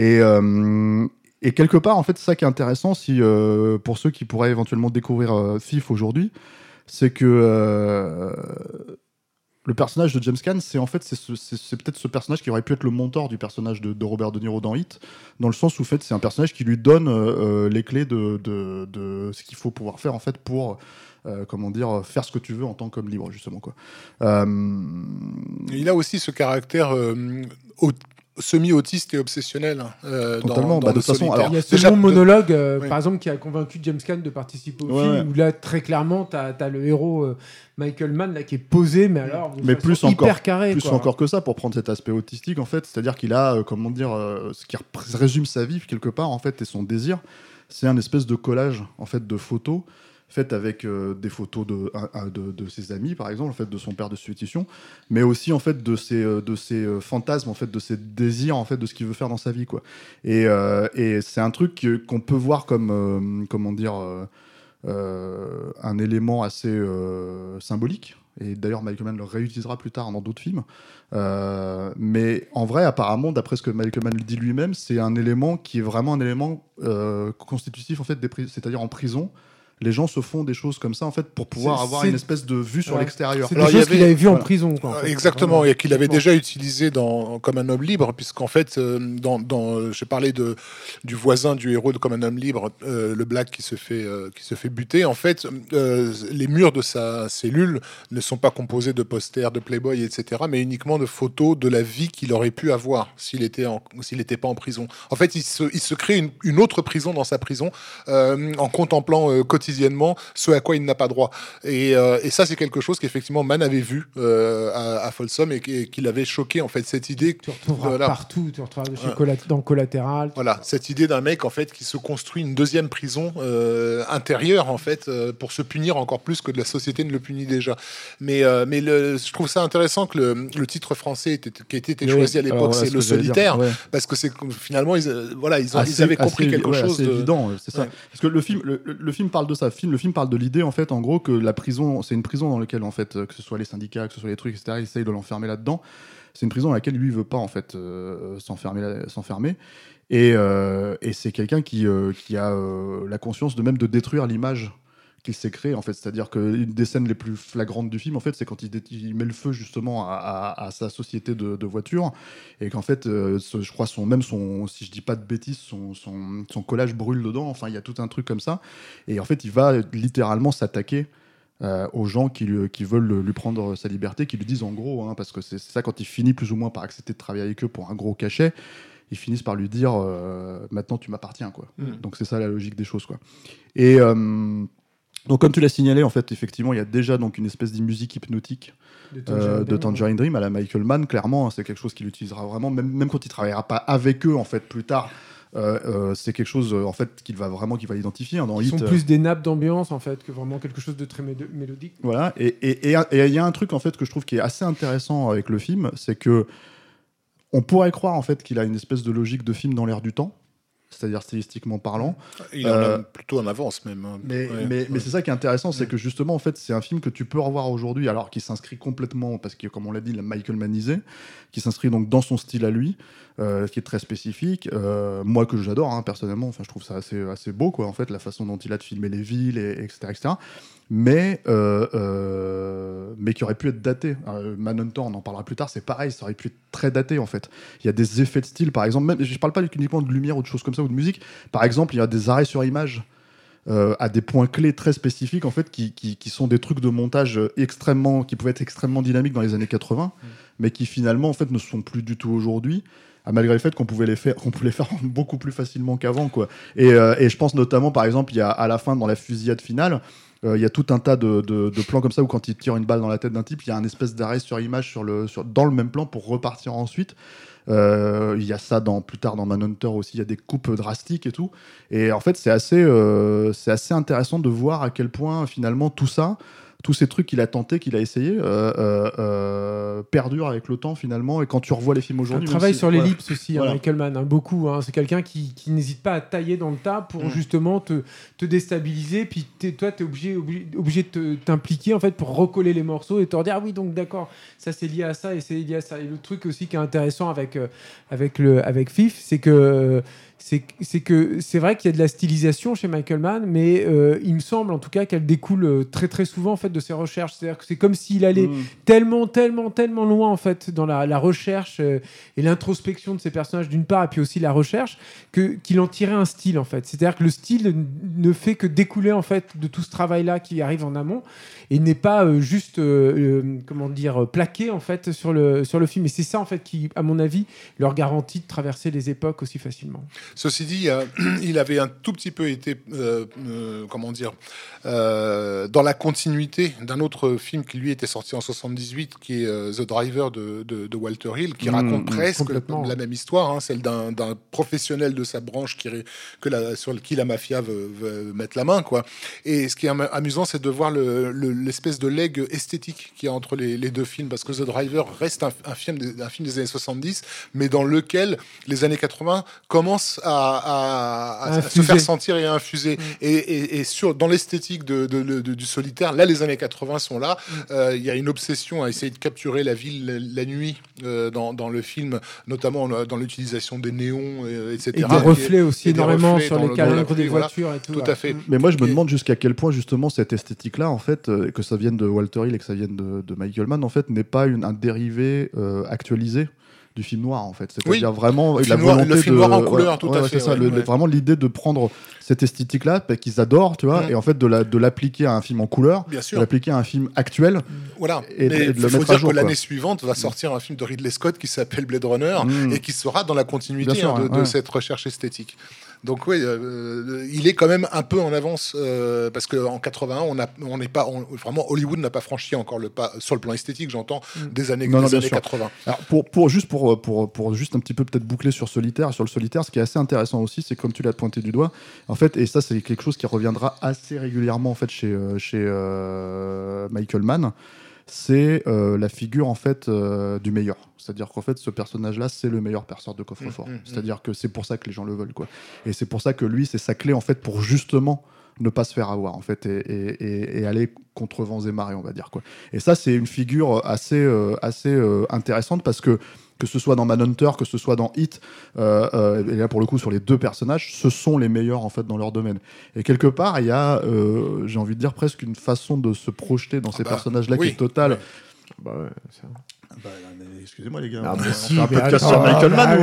Et quelque part, en fait, c'est ça qui est intéressant, pour ceux qui pourraient éventuellement découvrir Thief aujourd'hui, c'est que le personnage de James Caan, c'est peut-être ce personnage qui aurait pu être le mentor du personnage de Robert De Niro dans Hit, dans le sens où en fait, c'est un personnage qui lui donne les clés de ce qu'il faut pouvoir faire en fait pour faire ce que tu veux en tant qu'homme libre, justement, quoi. Il a aussi ce caractère semi-autiste et obsessionnel. Totalement. De toute façon, il y a ce long monologue, par exemple, qui a convaincu James Caan de participer au film, où là, très clairement, t'as le héros Michael Mann là, qui est posé, mais alors plus hyper carré. Plus encore que ça, pour prendre cet aspect autistique, en fait, c'est-à-dire qu'il a, ce qui résume sa vie, quelque part, en fait, et son désir, c'est un espèce de collage, en fait, de photos, faites avec des photos de ses amis, par exemple, en fait, de son père de substitution, mais aussi en fait de ses fantasmes, en fait, de ses désirs, en fait, de ce qu'il veut faire dans sa vie, quoi. Et c'est un truc qu'on peut voir comme un élément assez symbolique. Et d'ailleurs, Michael Mann le réutilisera plus tard dans d'autres films. Mais en vrai, apparemment, d'après ce que Michael Mann le dit lui-même, c'est un élément qui est vraiment un élément constitutif, en fait, c'est-à-dire en prison. Les gens se font des choses comme ça, en fait, pour pouvoir avoir une espèce de vue sur l'extérieur. C'est des choses qu'il avait vues en prison, quoi. En fait. Exactement, et qu'il avait déjà utilisé Comme un homme libre, puisqu'en fait, j'ai parlé du voisin du héros de Comme un homme libre, le Black qui se fait buter. En fait, les murs de sa cellule ne sont pas composés de posters, de Playboy, etc., mais uniquement de photos de la vie qu'il aurait pu avoir s'il n'était pas en prison. En fait, il se crée une autre prison dans sa prison, en contemplant quotidiennement ce à quoi il n'a pas droit. Et ça, c'est quelque chose qu'effectivement Mann avait vu à Folsom et qui l'avait choqué, en fait, cette idée. Tu retrouveras partout, tu retrouveras dans Collatéral. Voilà, cette idée d'un mec, en fait, qui se construit une deuxième prison intérieure, en fait, pour se punir encore plus que la société ne le punit déjà. Mais je trouve ça intéressant que le titre français qui a été choisi à l'époque, c'est Le Solitaire, parce que c'est finalement, ils avaient compris quelque chose. C'est évident, c'est ça. Parce que le film parle de ça. Le film parle de l'idée, en fait, en gros, que la prison, c'est une prison dans laquelle, en fait, que ce soit les syndicats, que ce soit les trucs, etc., ils essayent de l'enfermer là-dedans. C'est une prison dans laquelle lui, il veut pas, en fait, s'enfermer. Et c'est quelqu'un qui a la conscience de détruire l'image qu'il s'est créée, en fait. C'est-à-dire qu'une des scènes les plus flagrantes du film, en fait, c'est quand il met le feu, justement, à sa société de voitures, et qu'en fait, je crois, si je dis pas de bêtises, son collage brûle dedans. Enfin, il y a tout un truc comme ça. Et en fait, il va littéralement s'attaquer aux gens qui veulent lui prendre sa liberté, qui lui disent en gros, parce que c'est ça, quand il finit plus ou moins par accepter de travailler avec eux pour un gros cachet, ils finissent par lui dire maintenant tu m'appartiens, quoi. Donc c'est ça la logique des choses, quoi. Et donc comme tu l'as signalé, en fait, effectivement, il y a déjà donc une espèce de musique hypnotique de Tangerine Dream à la Michael Mann. Clairement, c'est quelque chose qu'il utilisera vraiment, même quand il travaillera pas avec eux, en fait, plus tard. C'est quelque chose, en fait, qu'il va identifier, dans Hit. Ils sont plus des nappes d'ambiance, en fait, que vraiment quelque chose de très mélodique. Voilà. Et il y a un truc, en fait, que je trouve qui est assez intéressant avec le film, c'est que on pourrait croire, en fait, qu'il a une espèce de logique de film dans l'air du temps. c'est-à-dire stylistiquement parlant. Il en a plutôt en avance même. Mais c'est ça qui est intéressant, c'est que justement, en fait, c'est un film que tu peux revoir aujourd'hui, alors qu'il s'inscrit complètement, parce que comme on l'a dit, il a Michael Manisé, qui s'inscrit donc dans son style à lui, qui est très spécifique. Moi, que j'adore, hein, personnellement, enfin, je trouve ça assez beau, quoi, en fait, la façon dont il a de filmer les villes, etc. Mais qui aurait pu être daté. Manhunter, on en parlera plus tard, c'est pareil, ça aurait pu être très daté, en fait. Il y a des effets de style, par exemple, même, je parle pas uniquement de lumière ou de choses comme ça, ou de musique. Par exemple, il y a des arrêts sur image à des points clés très spécifiques, en fait, qui sont des trucs de montage qui pouvaient être extrêmement dynamiques dans les années 80, mais qui finalement, en fait, ne sont plus du tout aujourd'hui, malgré le fait qu'on pouvait les faire beaucoup plus facilement qu'avant, quoi. Et je pense notamment, par exemple, il y a à la fin, dans la fusillade finale, il y a tout un tas de plans comme ça où quand il tire une balle dans la tête d'un type, il y a un espèce d'arrêt sur image dans le même plan pour repartir ensuite. Il y a ça plus tard dans Manhunter aussi, il y a des coupes drastiques et tout. Et en fait, c'est assez intéressant de voir à quel point finalement tout ça, tous ces trucs qu'il a tenté, qu'il a essayé, perdurent avec le temps finalement. Et quand tu revois les films aujourd'hui, il travaille sur l'ellipse aussi, voilà. Michael Mann, beaucoup. C'est quelqu'un qui n'hésite pas à tailler dans le tas pour justement te déstabiliser. Puis toi, tu es obligé de t'impliquer en fait pour recoller les morceaux et te dire ah oui, donc d'accord, ça c'est lié à ça et c'est lié à ça. Et le truc aussi qui est intéressant avec Fif, c'est que c'est vrai qu'il y a de la stylisation chez Michael Mann, mais il me semble en tout cas qu'elle découle très très souvent en fait de ses recherches. C'est-à-dire que c'est comme s'il allait tellement loin en fait dans la recherche et l'introspection de ses personnages d'une part, et puis aussi la recherche, qu'il en tirait un style en fait. C'est-à-dire que le style ne fait que découler en fait de tout ce travail-là qui arrive en amont et n'est pas juste plaqué en fait sur le film. Et c'est ça en fait qui, à mon avis, leur garantit de traverser les époques aussi facilement. Ceci dit, il avait un tout petit peu été, dans la continuité d'un autre film qui lui était sorti en 78, qui est The Driver de Walter Hill, qui raconte presque la même histoire, hein, celle d'un professionnel de sa branche sur qui la mafia veut mettre la main, quoi. Et ce qui est amusant, c'est de voir l'espèce de legs esthétique qu'il y a entre les deux films, parce que The Driver reste un film des années 70, mais dans lequel les années 80 commencent à se faire sentir et à infuser. Et dans l'esthétique du solitaire, là, les années 80 sont là. Il y a une obsession à essayer de capturer la ville la nuit dans le film, notamment dans l'utilisation des néons, etc. Et des reflets aussi énormément sur les calandres des voitures et tout. Tout à fait. Mais moi, je me demande jusqu'à quel point, justement, cette esthétique-là, en fait, que ça vienne de Walter Hill et que ça vienne de Michael Mann, en fait, n'est pas un dérivé actualisé du film noir, en fait. C'est-à-dire vraiment le film noir en couleur, tout à fait. C'est ça, vraiment l'idée de prendre cette esthétique-là qu'ils adorent, tu vois, et en fait de l'appliquer à un film en couleur, de l'appliquer à un film actuel. Voilà. Et mais de le faut mettre à dire jour, que l'année suivante va sortir un film de Ridley Scott qui s'appelle Blade Runner et qui sera dans la continuité de cette recherche esthétique. Donc oui, il est quand même un peu en avance parce qu'en 81, vraiment Hollywood n'a pas franchi encore le pas sur le plan esthétique, j'entends, des années 80. Alors pour juste un petit peu peut-être boucler sur le solitaire, ce qui est assez intéressant aussi, c'est comme tu l'as pointé du doigt, en fait, et ça c'est quelque chose qui reviendra assez régulièrement en fait chez Michael Mann. C'est la figure en fait du meilleur. C'est-à-dire qu'en fait, ce personnage-là, c'est le meilleur perceur de coffre-fort. C'est-à-dire que c'est pour ça que les gens le veulent, quoi. Et c'est pour ça que lui, c'est sa clé en fait pour justement ne pas se faire avoir en fait et aller contre vents et marées, on va dire, quoi. Et ça, c'est une figure assez intéressante parce que ce soit dans Manhunter, que ce soit dans Hit, et là pour le coup sur les deux personnages, ce sont les meilleurs en fait dans leur domaine. Et quelque part, il y a, j'ai envie de dire presque une façon de se projeter dans ces personnages-là qui est totale. Ouais. Bah ouais, ça... Bah, excusez-moi les gars, on fait un podcast sur Michael Mann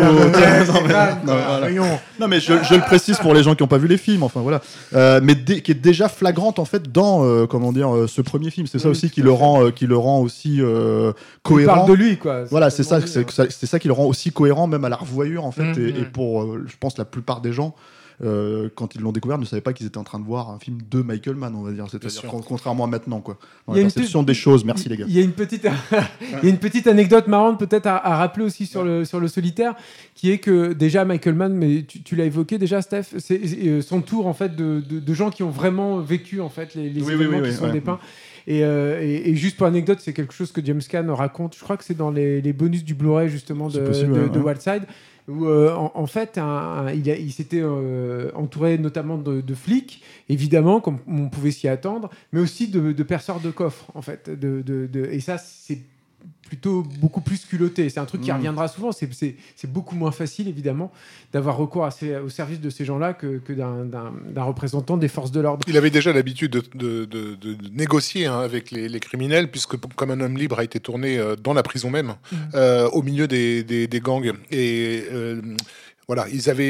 non mais je le précise pour les gens qui n'ont pas vu les films, enfin voilà, mais qui est déjà flagrante en fait dans ce premier film. C'est ça aussi qui le rend aussi cohérent. Il parle de lui, quoi. Voilà, c'est ça qui le rend aussi cohérent même à la revoyure en fait, et pour je pense la plupart des gens. Quand ils l'ont découvert, ne savaient pas qu'ils étaient en train de voir un film de Michael Mann, on va dire. C'est-à-dire contrairement à maintenant, quoi. Dans la perception des choses. Merci les gars. Il y a une petite anecdote marrante peut-être à rappeler aussi sur le solitaire, qui est que déjà Michael Mann, mais tu l'as évoqué déjà, Steph, c'est son tour en fait de gens qui ont vraiment vécu en fait les événements qui sont dépeints. Et juste pour anecdote, c'est quelque chose que James Caan raconte. Je crois que c'est dans les bonus du Blu-ray justement de Wildside. où en fait il s'était entouré notamment de flics, évidemment, comme on pouvait s'y attendre, mais aussi de perceurs de coffres, en fait. Et ça, c'est plutôt beaucoup plus culotté. C'est un truc qui reviendra souvent. C'est beaucoup moins facile, évidemment, d'avoir recours au service de ces gens-là que d'un représentant des forces de l'ordre. Il avait déjà l'habitude de négocier avec les criminels, puisque Comme un homme libre a été tourné dans la prison même, au milieu des gangs. Et voilà,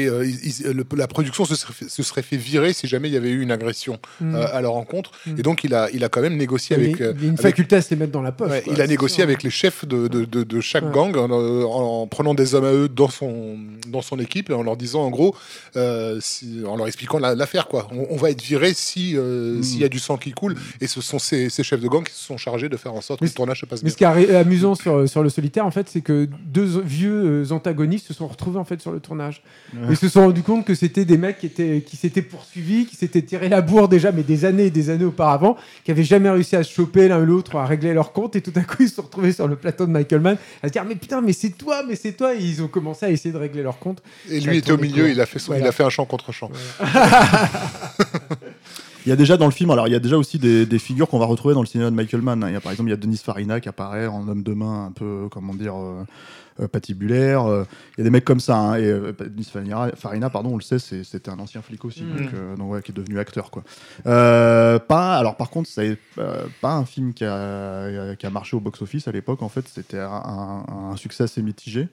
la production se serait fait virer si jamais il y avait eu une agression à leur encontre. Et donc, il a quand même négocié avec... Il y a une faculté à se les mettre dans la poche. Ouais, il a négocié avec les chefs de chaque gang en prenant des hommes à eux dans son équipe et en leur disant, en gros, en leur expliquant l'affaire, quoi. On va être viré s'il y a du sang qui coule. Et ce sont ces chefs de gang qui se sont chargés de faire en sorte que le tournage se passe bien. Mais ce qui est amusant sur le Solitaire, en fait, c'est que deux vieux antagonistes se sont retrouvés en fait sur le tournage. Ils se sont rendus compte que c'était des mecs qui s'étaient poursuivis, qui s'étaient tirés la bourre déjà, mais des années et des années auparavant, qui avaient jamais réussi à se choper l'un et l'autre, à régler leur compte, et tout à coup ils se sont retrouvés sur le plateau de Michael Mann à se dire mais putain, mais c'est toi, et ils ont commencé à essayer de régler leur compte. Et lui était au milieu, il a fait un chant contre chant. Voilà. Il y a déjà dans le film, alors il y a déjà aussi des figures qu'on va retrouver dans le cinéma de Michael Mann. Par exemple, il y a Denis Farina qui apparaît en homme de main un peu, patibulaire. Il y a des mecs comme ça. Et Denis Farina, on le sait, c'était un ancien flic aussi, donc qui est devenu acteur, quoi. Par contre, c'est pas un film qui a marché au box-office à l'époque. En fait, c'était un succès assez mitigé.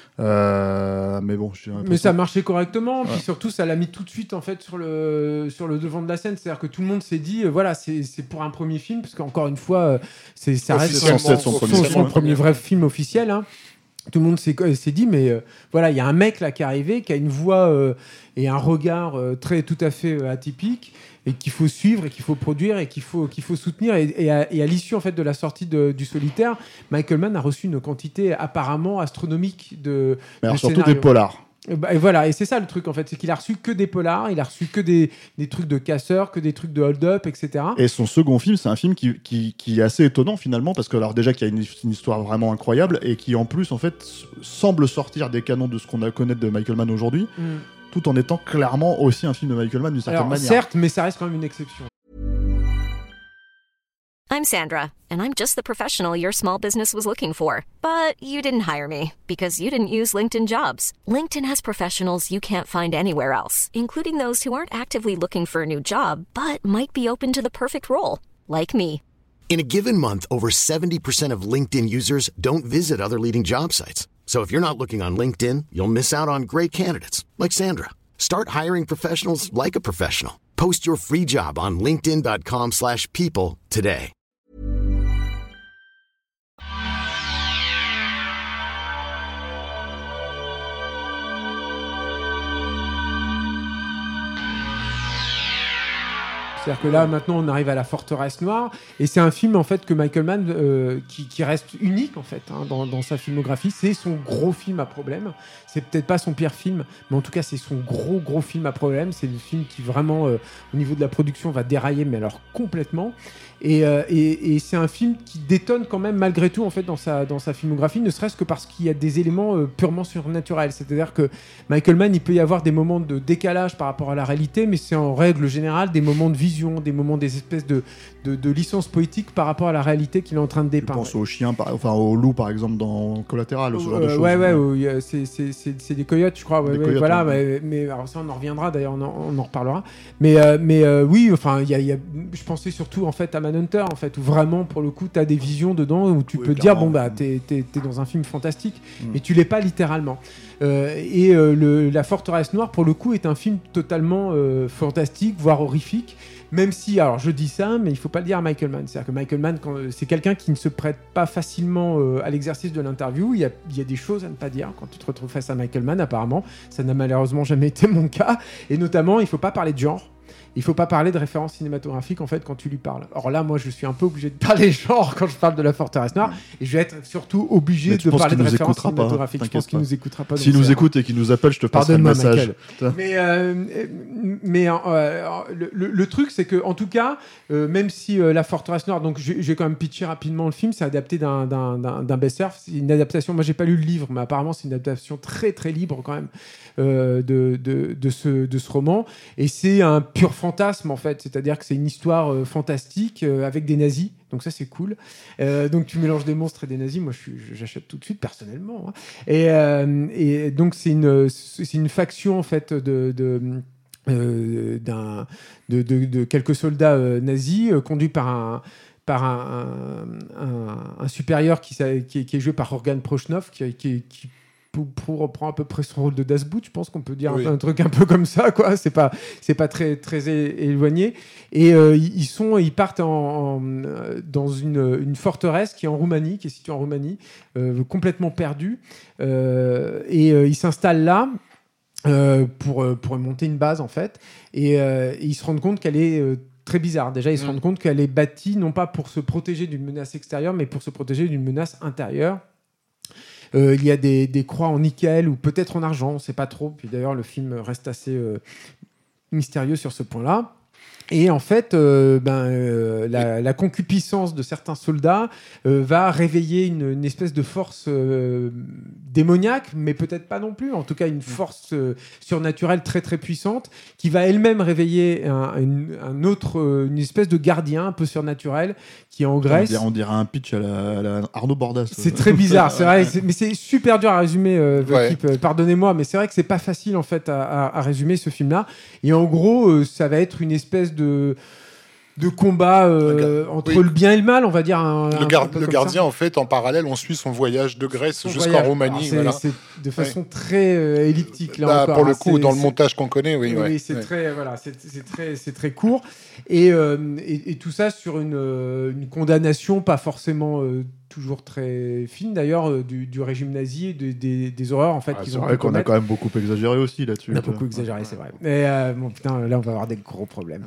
Mais bon, mais ça marchait correctement, puis surtout ça l'a mis tout de suite en fait sur le devant de la scène, c'est-à-dire que tout le monde s'est dit voilà, c'est pour un premier film, parce qu'encore une fois ça reste son premier vrai film officiel, hein. Tout le monde s'est dit mais voilà, il y a un mec là qui est arrivé, qui a une voix et un regard tout à fait atypique, et qu'il faut suivre et qu'il faut produire et qu'il faut soutenir, et à l'issue en fait de la sortie du Solitaire, Michael Mann a reçu une quantité apparemment astronomique de surtout des polars. Et voilà, et c'est ça le truc en fait, c'est qu'il a reçu que des polars, il a reçu que des trucs de casseurs, que des trucs de hold-up, etc. Et son second film, c'est un film qui est assez étonnant finalement, parce que alors déjà qu'il y a une histoire vraiment incroyable, et qui en plus en fait semble sortir des canons de ce qu'on a connaître de Michael Mann aujourd'hui, tout en étant clairement aussi un film de Michael Mann d'une certaine manière. Certes, mais ça reste quand même une exception. I'm Sandra, and I'm just the professional your small business was looking for. But you didn't hire me because you didn't use LinkedIn Jobs. LinkedIn has professionals you can't find anywhere else, including those who aren't actively looking for a new job, but might be open to the perfect role, like me. In a given month, over 70% of LinkedIn users don't visit other leading job sites. So if you're not looking on LinkedIn, you'll miss out on great candidates like Sandra. Start hiring professionals like a professional. Post your free job on linkedin.com/people today. C'est-à-dire que là, maintenant, on arrive à la Forteresse Noire, et c'est un film en fait que Michael Mann qui reste unique en fait dans sa filmographie. C'est son gros film à problème. C'est peut-être pas son pire film, mais en tout cas, c'est son gros film à problème. C'est le film qui vraiment, au niveau de la production, va dérailler, mais alors complètement. Et c'est un film qui détonne quand même malgré tout en fait dans sa filmographie, ne serait-ce que parce qu'il y a des éléments purement surnaturels. C'est-à-dire que Michael Mann, il peut y avoir des moments de décalage par rapport à la réalité, mais c'est en règle générale des moments de vision, des moments, des espèces de licences poétiques par rapport à la réalité qu'il est en train de dépeindre. Je pense aux chiens, au loup par exemple dans Collatéral, ce genre de choses. C'est des coyotes, je crois. Coyotes, voilà, mais alors ça, on en reviendra. D'ailleurs, on en reparlera. Mais oui, enfin, je pensais surtout en fait à Manhunter, en fait, où vraiment pour le coup, t'as des visions dedans où tu peux te dire bon bah t'es dans un film fantastique, mais tu l'es pas littéralement. La Forteresse Noire, pour le coup, est un film totalement fantastique, voire horrifique. Même si, alors je dis ça, mais il faut pas le dire à Michael Mann. C'est-à-dire que Michael Mann, c'est quelqu'un qui ne se prête pas facilement à l'exercice de l'interview. Il y a des choses à ne pas dire quand tu te retrouves face à Michael Mann, apparemment. Ça n'a malheureusement jamais été mon cas. Et notamment, il faut pas parler de genre. Il faut pas parler de référence cinématographique en fait quand tu lui parles. Or là, moi, je suis un peu obligé de parler genre quand je parle de La Forteresse Noire, et je vais être surtout obligé de parler de référence cinématographique. Je pense qu'il nous écoutera pas. S'il nous écoute et qu'il nous appelle, je te passerai le message. Mais le truc, c'est que en tout cas, même si La Forteresse Noire, donc je vais quand même pitcher rapidement le film, c'est adapté d'un best-seller. C'est une adaptation. Moi, j'ai pas lu le livre, mais apparemment, c'est une adaptation très très libre quand même de ce roman. Et c'est un pur fantasme en fait, c'est-à-dire que c'est une histoire fantastique avec des nazis. Donc ça c'est cool. Donc tu mélanges des monstres et des nazis, moi j'achète tout de suite personnellement. Hein. Et donc c'est une faction en fait de quelques soldats nazis conduits par un supérieur qui est joué par Organ Prochnov, qui pour reprendre à peu près son rôle de Das Boot, je pense qu'on peut dire un truc un peu comme ça, quoi. C'est pas très très éloigné. Et ils partent dans une forteresse qui est en Roumanie, qui est située en Roumanie, complètement perdue. Et ils s'installent là. Pour monter une base en fait, et ils se rendent compte qu'elle est très bizarre. Déjà, ils se rendent compte qu'elle est bâtie non pas pour se protéger d'une menace extérieure, mais pour se protéger d'une menace intérieure. Il y a des croix en nickel ou peut-être en argent, on ne sait pas trop. Puis d'ailleurs, le film reste assez mystérieux sur ce point-là. Et en fait, la concupiscence de certains soldats va réveiller une espèce de force démoniaque, mais peut-être pas non plus. En tout cas, une force surnaturelle très très puissante qui va elle-même réveiller une espèce de gardien un peu surnaturel qui est en Grèce. On dirait un pitch à la Arnaud Bordas. C'est très bizarre, c'est vrai. Mais c'est super dur à résumer, l'équipe. Pardonnez-moi, mais c'est vrai que c'est pas facile en fait à résumer ce film-là. Et en gros, ça va être une espèce de combat entre le bien et le mal, on va dire. Le gardien, en fait, en parallèle, on suit son voyage de Grèce jusqu'en Roumanie. C'est de façon très elliptique, là encore. Pour le coup, dans le montage qu'on connaît, oui. C'est très court. Et tout ça sur une condamnation pas forcément toujours très fine, d'ailleurs, du régime nazi et des horreurs, en fait, qu'ils ont pu commettre. C'est vrai qu'on a quand même beaucoup exagéré aussi là-dessus. On a beaucoup exagéré, c'est vrai. Mais bon, putain, là, on va avoir des gros problèmes.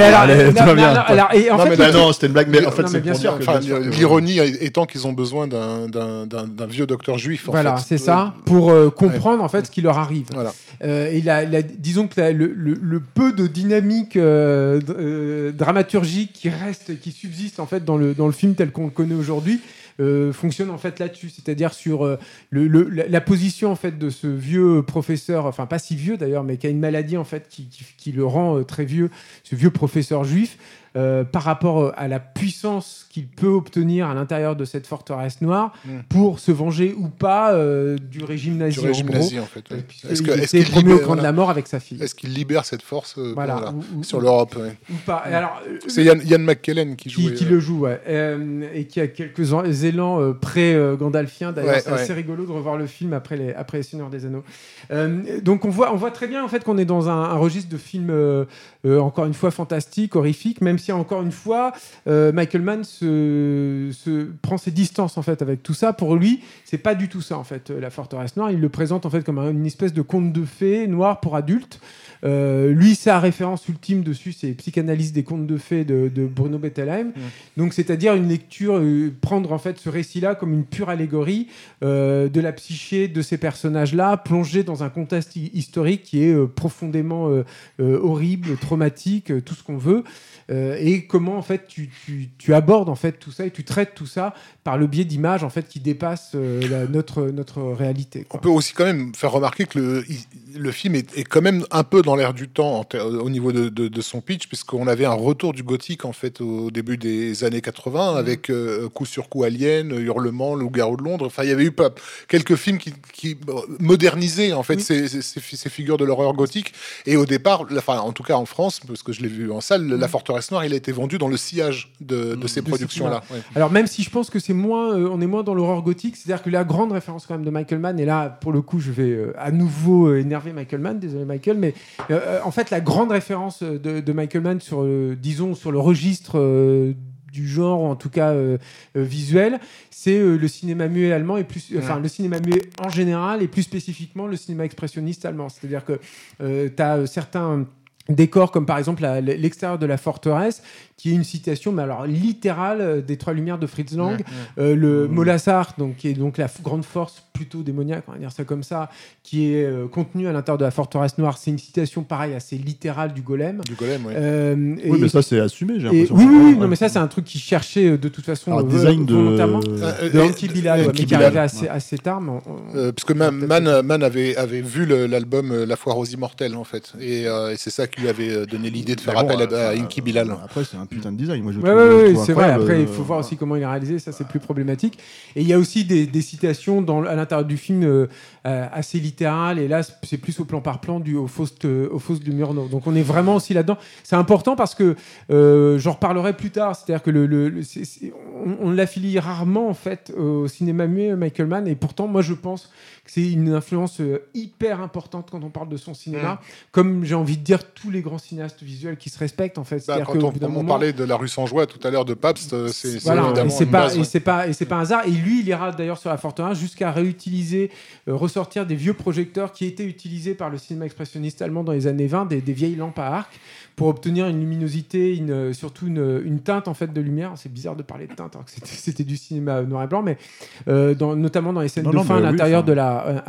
Non, c'était une blague, mais en fait, c'est bien sûr. L'ironie étant qu'ils ont besoin d'un vieux docteur juif. Voilà, c'est ça, pour comprendre en fait ce qui leur arrive. Voilà. Et disons que le peu de dynamique dramaturgique qui subsiste en fait dans le film tel qu'on le connaît aujourd'hui. Fonctionne en fait là-dessus, c'est-à-dire sur la position en fait de ce vieux professeur, enfin pas si vieux d'ailleurs, mais qui a une maladie en fait qui le rend très vieux, ce vieux professeur juif. Par rapport à la puissance qu'il peut obtenir à l'intérieur de cette forteresse noire pour se venger ou pas du régime nazi. Du régime nazi, en fait. Oui. Est-ce qu'il promu au camp de la mort avec sa fille. Est-ce qu'il libère cette force sur l'Europe ou pas. Alors, c'est Ian McKellen qui joue. Qui le joue, ouais. Et qui a quelques élans pré-gandalfiens. D'ailleurs, c'est assez rigolo de revoir le film après les Seigneurs des Anneaux. Donc on voit très bien en fait, qu'on est dans un registre de film, encore une fois, fantastique, horrifique, même si encore une fois, Michael Mann se prend ses distances en fait avec tout ça. Pour lui, c'est pas du tout ça en fait. La Forteresse Noire, il le présente en fait comme une espèce de conte de fées noir pour adultes. Lui, sa référence ultime dessus, c'est Psychanalyse des contes de fées de Bruno Bettelheim. Donc, c'est-à-dire une lecture, prendre en fait ce récit-là comme une pure allégorie de la psyché de ces personnages-là, plongés dans un contexte historique qui est profondément horrible, traumatique, tout ce qu'on veut. Et comment en fait tu abordes en fait tout ça et tu traites tout ça par le biais d'images en fait qui dépassent notre réalité, quoi. On peut aussi quand même faire remarquer que le film est quand même un peu dans l'air du temps au niveau de son pitch, puisqu'on avait un retour du gothique en fait au début des années 80 avec Coup sur coup Alien, Hurlement, Le Loup-garou de Londres. Enfin, il y avait eu quelques films qui modernisaient en fait ces figures de l'horreur gothique. Et au départ, en tout cas en France, parce que je l'ai vu en salle, La Forteresse Noire, il a été vendu dans le sillage de ces productions-là. Ouais. Alors même si je pense que on est moins dans l'horreur gothique, c'est-à-dire que la grande référence quand même de Michael Mann, et là pour le coup je vais à nouveau énerver Michael Mann, désolé Michael, mais en fait la grande référence de Michael Mann sur le registre du genre, ou en tout cas visuel, c'est le cinéma muet allemand, et le cinéma muet en général, et plus spécifiquement le cinéma expressionniste allemand. C'est-à-dire que tu as certains décors comme par exemple l'extérieur de la forteresse, qui est une citation, mais alors littérale, des Trois Lumières de Fritz Lang. Le Molassar, donc, qui est donc la grande force plutôt démoniaque, on va dire ça comme ça, qui est contenue à l'intérieur de la forteresse noire. C'est une citation pareille, assez littérale du golem. Du golem, oui. Oui, mais ça, c'est assumé, j'ai l'impression. Oui, non, mais ça, c'est un truc qui cherchait de toute façon Alors, design volontairement. de Anki Bilal, mais qui arrivait assez tard. Parce que Mann avait vu l'album La Foire aux Immortels, en fait. Et c'est ça qui lui avait donné l'idée de faire appel à Inky Bilal. Après, c'est un putain de design. Moi, je Oui, c'est vrai. Après, il faut voir aussi comment il a réalisé. Ça, c'est plus problématique. Et il y a aussi des citations à l'intérieur du film assez littérales. Et là, c'est plus au plan par plan aux fausses du Murnau. Donc, on est vraiment aussi là-dedans. C'est important parce que j'en reparlerai plus tard. C'est-à-dire que on l'affilie rarement en fait au cinéma muet, Michael Mann. Et pourtant, moi, je pense que c'est une influence hyper importante quand on parle de son cinéma. Comme j'ai envie de dire tous les grands cinéastes visuels qui se respectent en fait. Quand on parlait de La Rue sans joie tout à l'heure de Pabst, c'est voilà, évidemment et c'est une pas, base, et c'est pas, et c'est pas un hasard. Et lui, il ira d'ailleurs sur la forteresse jusqu'à réutiliser, ressortir des vieux projecteurs qui étaient utilisés par le cinéma expressionniste allemand dans les années 20, des vieilles lampes à arc, pour obtenir une luminosité, surtout une teinte en fait de lumière. C'est bizarre de parler de teinte alors que c'était du cinéma noir et blanc, mais notamment dans les scènes de fin à l'intérieur de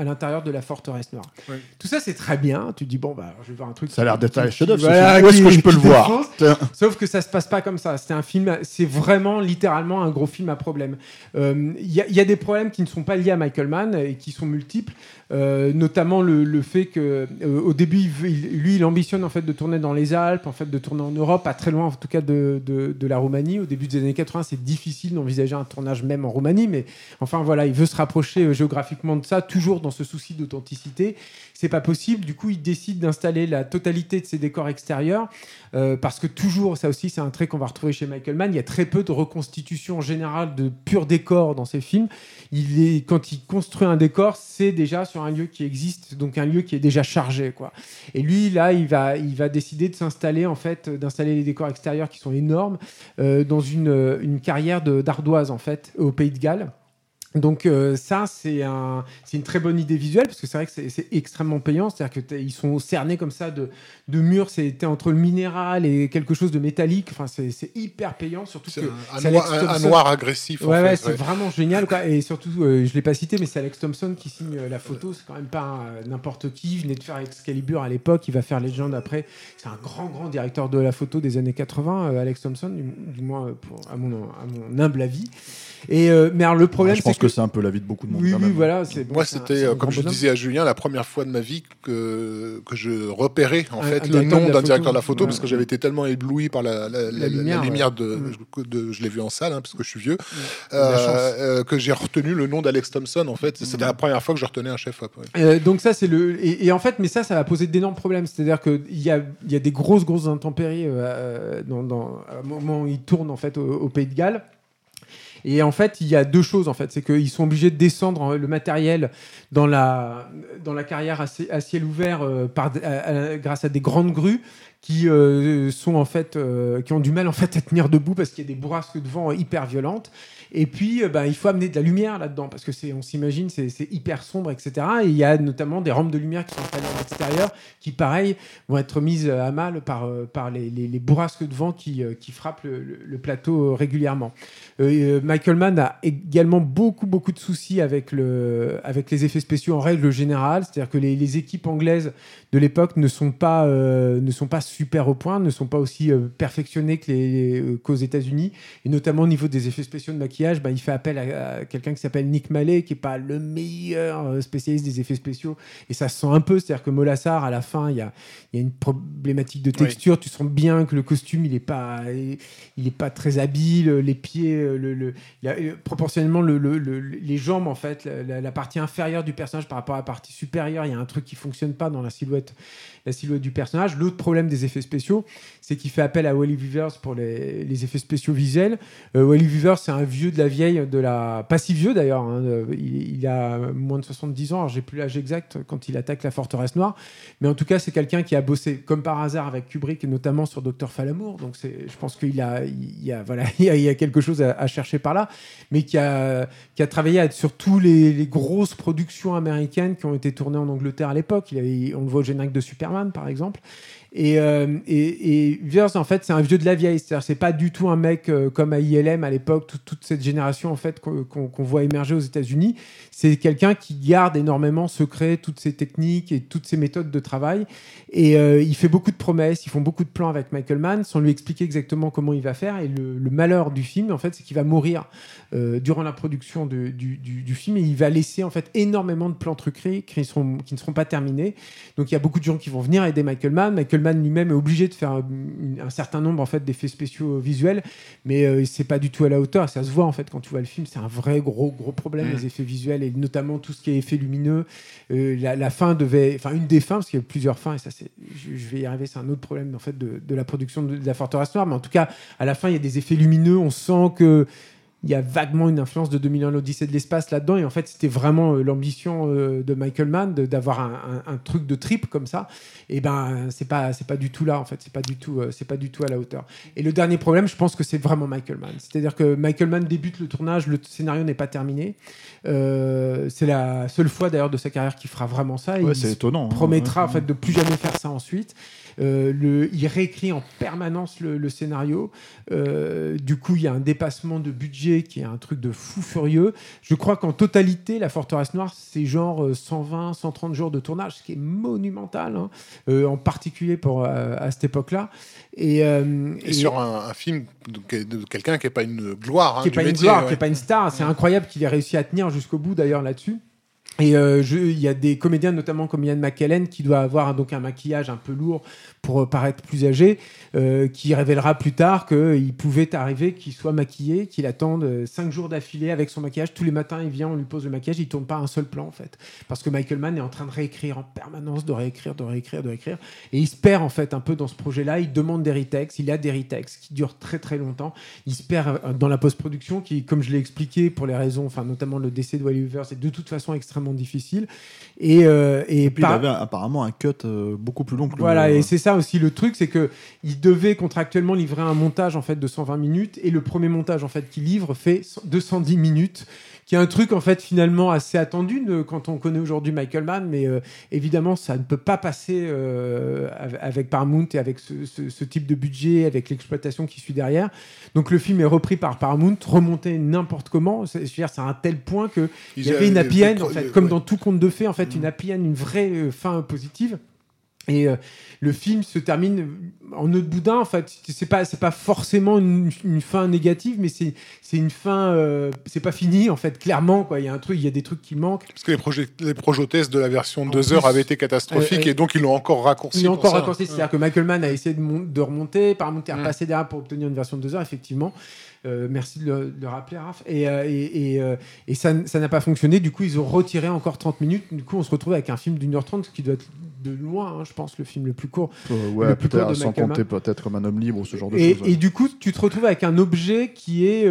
la forteresse noire. Oui. Tout ça c'est très bien. Tu te dis bon bah je vais voir un truc. Ça a l'air d'être un chef-d'œuvre. Voilà, où est-ce que je peux le voir? Sauf que ça se passe pas comme ça. C'est vraiment littéralement un gros film à problème. Il y a des problèmes qui ne sont pas liés à Michael Mann et qui sont multiples. Notamment le fait que au début il ambitionne en fait de tourner dans les Alpes, en fait de tourner en Europe, pas très loin en tout cas de la Roumanie. Au début des années 80, c'est difficile d'envisager un tournage même en Roumanie, mais enfin voilà, il veut se rapprocher géographiquement de ça, toujours dans ce souci d'authenticité. C'est pas possible. Du coup, il décide d'installer la totalité de ses décors extérieurs parce que toujours, ça aussi, c'est un trait qu'on va retrouver chez Michael Mann. Il y a très peu de reconstitution en général de purs décors dans ses films. Quand il construit un décor, c'est déjà sur un lieu qui existe, donc un lieu qui est déjà chargé, quoi. Et lui, là, il va décider de s'installer, en fait, d'installer les décors extérieurs qui sont énormes dans une carrière d'ardoise, en fait, au Pays de Galles. Donc ça, c'est une très bonne idée visuelle parce que c'est vrai que c'est extrêmement payant. C'est-à-dire qu'ils sont cernés comme ça de murs. C'était entre le minéral et quelque chose de métallique. Enfin, c'est hyper payant. Surtout c'est que un noir agressif. Ouais, c'est vraiment génial, quoi. Et surtout, je l'ai pas cité, mais c'est Alex Thompson qui signe la photo. C'est quand même pas n'importe qui. Il venait de faire Excalibur à l'époque. Il va faire Legend après. C'est un grand directeur de la photo des années 80, Alex Thompson, du moins à mon humble avis. Mais alors, le problème, je pense que c'est un peu l'avis de beaucoup de monde. Oui, voilà. Moi, c'était, comme je disais à Julien, la première fois de ma vie que je repérais en fait le nom d'un directeur de la photo, parce que j'avais été tellement ébloui par la lumière je l'ai vu en salle, parce que je suis vieux, que j'ai retenu le nom d'Alex Thompson. En fait, c'était la première fois que je retenais un chef-op. Donc ça, c'est et en fait, mais ça va poser d'énormes problèmes. C'est-à-dire qu'il y a des grosses intempéries au moment où il tourne en fait au Pays de Galles. Et en fait, il y a deux choses. En fait, c'est qu'ils sont obligés de descendre le matériel dans la carrière à ciel ouvert grâce à des grandes grues qui sont en fait qui ont du mal en fait à tenir debout parce qu'il y a des bourrasques de vent hyper violentes. Et puis, il faut amener de la lumière là-dedans parce que on s'imagine, c'est hyper sombre, etc. Et il y a notamment des rampes de lumière qui sont installées à l'extérieur, qui, pareil, vont être mises à mal par les bourrasques de vent qui frappent le plateau régulièrement. Michael Mann a également beaucoup de soucis avec les effets spéciaux en règle générale. C'est-à-dire que les équipes anglaises de l'époque ne sont pas super au point, ne sont pas aussi perfectionnées qu'aux États-Unis, et notamment au niveau des effets spéciaux de maquillage. Il fait appel à quelqu'un qui s'appelle Nick Mallet, qui n'est pas le meilleur spécialiste des effets spéciaux, et ça se sent un peu. C'est-à-dire que Molassar, à la fin, il y a une problématique de texture. Oui. Tu sens bien que le costume, il est pas très habile. Les pieds, proportionnellement, les jambes, en fait, la partie inférieure du personnage par rapport à la partie supérieure, il y a un truc qui fonctionne pas dans la silhouette du personnage. L'autre problème des effets spéciaux, c'est qu'il fait appel à Wally Weavers pour les effets spéciaux visuels. Wally Weavers, c'est un vieux de la vieille, pas si vieux d'ailleurs, hein. Il a moins de 70 ans, alors j'ai plus l'âge exact quand il attaque la forteresse noire, mais en tout cas c'est quelqu'un qui a bossé comme par hasard avec Kubrick et notamment sur Dr Falamour, donc je pense qu'il y a quelque chose à chercher par là, mais qui a travaillé sur tous les grosses productions américaines qui ont été tournées en Angleterre à l'époque. On le voit au générique de Superman par exemple. Et Weavers, en fait, c'est un vieux de la vieille. C'est-à-dire, c'est pas du tout un mec comme à ILM à l'époque, toute cette génération en fait qu'on voit émerger aux États-Unis. C'est quelqu'un qui garde énormément secret toutes ses techniques et toutes ses méthodes de travail. Et il fait beaucoup de promesses, ils font beaucoup de plans avec Michael Mann sans lui expliquer exactement comment il va faire. Et le malheur du film, en fait, c'est qu'il va mourir durant la production du film, et il va laisser en fait énormément de plans truqués qui ne seront pas terminés. Donc il y a beaucoup de gens qui vont venir aider Michael Mann. Michael Mann lui-même est obligé de faire un certain nombre en fait d'effets spéciaux visuels, mais c'est pas du tout à la hauteur. Ça se voit en fait quand tu vois le film, c'est un vrai gros problème, les effets visuels, et notamment tout ce qui est effets lumineux. La fin une des fins, parce qu'il y a plusieurs fins, et ça je vais y arriver, c'est un autre problème en fait de la production de la Forteresse Noire, mais en tout cas à la fin il y a des effets lumineux, on sent que il y a vaguement une influence de 2001 l'Odyssée de l'espace là-dedans, et en fait c'était vraiment l'ambition de Michael Mann d'avoir un truc de trip comme ça. Et ben c'est pas du tout là en fait, c'est pas du tout à la hauteur. Et le dernier problème, je pense que c'est vraiment Michael Mann, c'est-à-dire que Michael Mann débute le tournage, le scénario n'est pas terminé, c'est la seule fois d'ailleurs de sa carrière qu'il fera vraiment ça, et c'est étonnant, promettra en fait de plus jamais faire ça ensuite. Il réécrit en permanence le scénario. Du coup, il y a un dépassement de budget qui est un truc de fou furieux. Je crois qu'en totalité, La Forteresse Noire, c'est genre 120, 130 jours de tournage, ce qui est monumental, hein, en particulier à cette époque-là. Et sur un film de quelqu'un qui n'est pas une gloire, qui n'est pas une gloire, qui n'est pas une star. C'est incroyable qu'il ait réussi à tenir jusqu'au bout, d'ailleurs, là-dessus. Et il y a des comédiens, notamment comme Ian McKellen, qui doit avoir donc un maquillage un peu lourd pour paraître plus âgé, qui révélera plus tard qu'il pouvait arriver qu'il soit maquillé, qu'il attende 5 jours d'affilée avec son maquillage. Tous les matins, il vient, on lui pose le maquillage, il ne tourne pas un seul plan, en fait. Parce que Michael Mann est en train de réécrire en permanence, de réécrire. Et il se perd, en fait, un peu dans ce projet-là. Il demande des retakes. Il y a des retakes qui durent très, très longtemps. Il se perd dans la post-production, qui, comme je l'ai expliqué, pour les raisons, enfin, notamment le décès de Wally Weaver, c'est de toute façon extrêmement difficile. Et puis, il avait apparemment un cut beaucoup plus long que voilà, et c'est ça aussi le truc, c'est qu'il devait contractuellement livrer un montage en fait de 120 minutes, et le premier montage en fait qu'il livre fait 210 minutes, qui est un truc en fait finalement assez attendu quand on connaît aujourd'hui Michael Mann, mais évidemment ça ne peut pas passer avec Paramount et avec ce type de budget, avec l'exploitation qui suit derrière. Donc le film est repris par Paramount, remonté n'importe comment. C'est à un tel point que il y avait une happy end en fait, comme dans tout conte de fées en fait, une happy end, une vraie fin positive. Et le film se termine en nœud de boudin, en fait. C'est pas forcément une fin négative, mais c'est une fin. C'est pas fini, en fait, clairement, quoi. Il y a des trucs qui manquent. Parce que les projotesses de la version 2 heures avaient été catastrophiques, et donc ils l'ont encore raccourci. C'est-à-dire que Michael Mann a essayé de remonter, Paramount est repassé derrière pour obtenir une version de 2 heures, effectivement. Merci de le rappeler, Raph. Et ça n'a pas fonctionné. Du coup, ils ont retiré encore 30 minutes. Du coup, on se retrouve avec un film d'1h30, ce qui doit être de loin, hein, je pense, le film le plus court. Le plus court de sans compter peut-être comme Un homme libre ou ce genre de choses. Et du coup, tu te retrouves avec un objet qui est...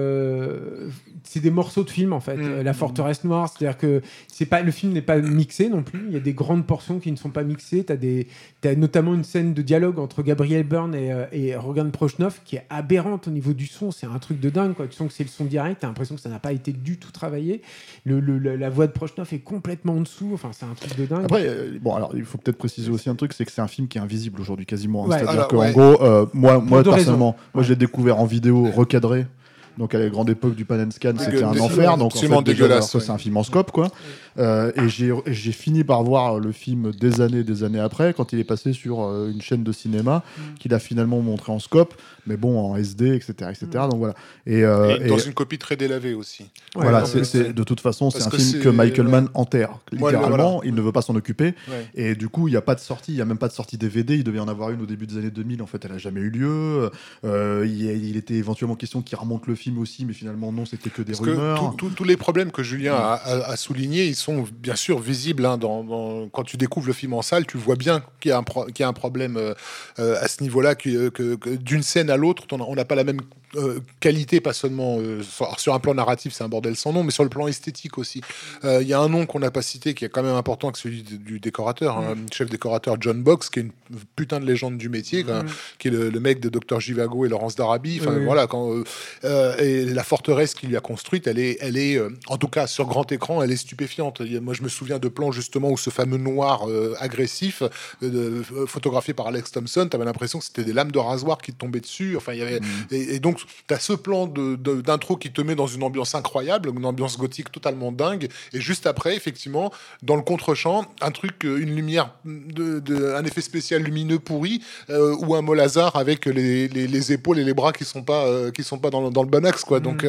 c'est des morceaux de film, en fait. La Forteresse Noire, c'est-à-dire que le film n'est pas mixé non plus. Il y a des grandes portions qui ne sont pas mixées. T'as notamment une scène de dialogue entre Gabriel Byrne et Rogan Prochnow qui est aberrante au niveau du son. C'est un truc de dingue, quoi. Tu sens que c'est le son direct. T'as l'impression que ça n'a pas été du tout travaillé. La voix de Prochnow est complètement en dessous. Enfin, c'est un truc de dingue. Après, alors, il faut peut-être préciser aussi un truc, c'est que c'est un film qui est invisible aujourd'hui quasiment. Ouais. C'est-à-dire qu'en gros, moi personnellement, je l'ai découvère en vidéo recadré. Donc à la grande époque du pan and scan, c'était un enfer. Donc en fait, dégueulasse. C'est un film en scope, quoi. Et j'ai fini par voir le film des années après, quand il est passé sur une chaîne de cinéma qu'il a finalement montré en scope, mais bon en SD, etc. Donc voilà. Et dans une copie très délavée aussi. Voilà, de toute façon, c'est un film que Michael Mann enterre littéralement. Il ne veut pas s'en occuper. Ouais. Et du coup, il n'y a pas de sortie. Il n'y a même pas de sortie DVD. Il devait y en avoir une au début des années 2000. En fait, elle n'a jamais eu lieu. Il était éventuellement question qu'il remonte le film aussi, mais finalement non, c'était que des rumeurs. Tous les problèmes que Julien a soulignés, ils sont bien sûr visibles. Hein, quand tu découvres le film en salle, tu vois bien qu'il y a un problème à ce niveau-là, que d'une scène à l'autre, on n'a pas la même qualité, pas seulement sur un plan narratif, c'est un bordel sans nom, mais sur le plan esthétique aussi. Il y a un nom qu'on n'a pas cité qui est quand même important, que celui du décorateur, chef décorateur John Box, qui est une putain de légende du métier, qui est le mec de Dr Zhivago et Laurence d'Arabie. Enfin voilà, et la forteresse qu'il lui a construite, elle est en tout cas sur grand écran, elle est stupéfiante. Moi, je me souviens de plans justement où ce fameux noir agressif, photographié par Alex Thompson, t'avais l'impression que c'était des lames de rasoir qui te tombaient dessus. Enfin, il y avait et donc t'as ce plan d'intro qui te met dans une ambiance incroyable, une ambiance gothique totalement dingue, et juste après, effectivement, dans le contre-champ, un truc, une lumière, un effet spécial lumineux pourri, ou un Molazar avec les épaules et les bras qui sont pas dans le bon axe, quoi. Donc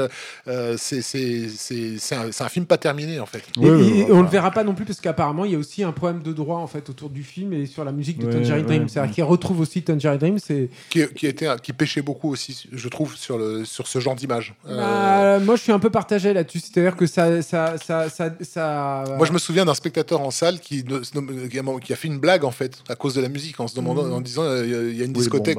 c'est un film pas terminé en fait. Et on le verra pas non plus parce qu'apparemment il y a aussi un problème de droit en fait autour du film et sur la musique de Tangerine Dream. C'est-à-dire qu'il retrouve aussi Tangerine Dream, qui pêchait beaucoup aussi, je trouve, sur ce genre d'image. Moi je suis un peu partagé là-dessus, c'est-à-dire que ça... Moi je me souviens d'un spectateur en salle qui a fait une blague en fait à cause de la musique en se demandant, en disant il y a une discothèque,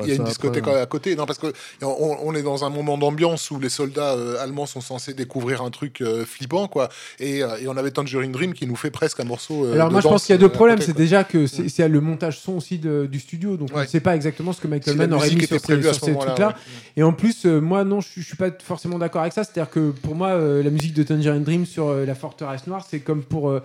à côté. Non, parce que on est dans un moment d'ambiance où les soldats allemands sont censés découvrir un truc flippant, quoi, et on avait Tangerine Dream qui nous fait presque un morceau. Alors moi je pense qu'il y a deux problèmes, c'est déjà que c'est le montage son aussi du studio, donc on ne sait pas exactement ce que Michael Mann aurait mis sur ces trucs-là. Et en plus, moi non, je suis pas forcément d'accord avec ça. C'est-à-dire que pour moi, la musique de Tangerine Dream sur la forteresse noire, c'est comme pour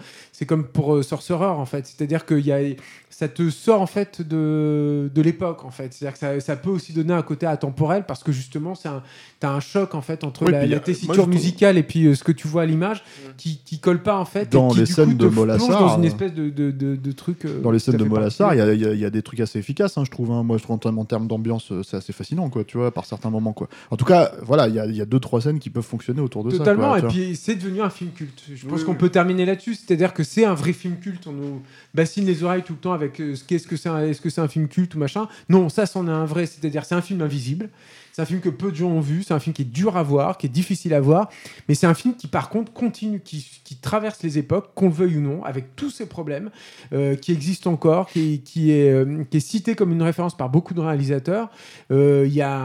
Sorcerer en fait. C'est-à-dire que ça te sort en fait de l'époque en fait. C'est-à-dire que ça peut aussi donner un côté atemporel parce que justement t'as un choc en fait entre la tessiture musicale et puis ce que tu vois à l'image qui colle pas en fait. Dans les scènes de Molassar, dans une espèce de truc. Dans les scènes de Molassar, il y a des trucs assez efficaces, hein, je trouve. Moi, je trouve en termes d'ambiance, c'est assez fascinant, quoi. Tu vois, par certains moments, quoi. En tout cas, voilà, il y a 2-3 scènes qui peuvent fonctionner autour de ça. Totalement. Quoi, et puis c'est devenu un film culte. Je pense qu'on peut terminer là-dessus. C'est-à-dire que c'est un vrai film culte. On nous bassine les oreilles tout le temps avec est-ce que c'est un film culte ou machin. Non, ça, c'en est un vrai. C'est-à-dire c'est un film invisible. C'est un film que peu de gens ont vu, c'est un film qui est dur à voir, qui est difficile à voir, mais c'est un film qui par contre continue, qui traverse les époques, qu'on le veuille ou non, avec tous ses problèmes, qui existent encore, qui est cité comme une référence par beaucoup de réalisateurs. Il y a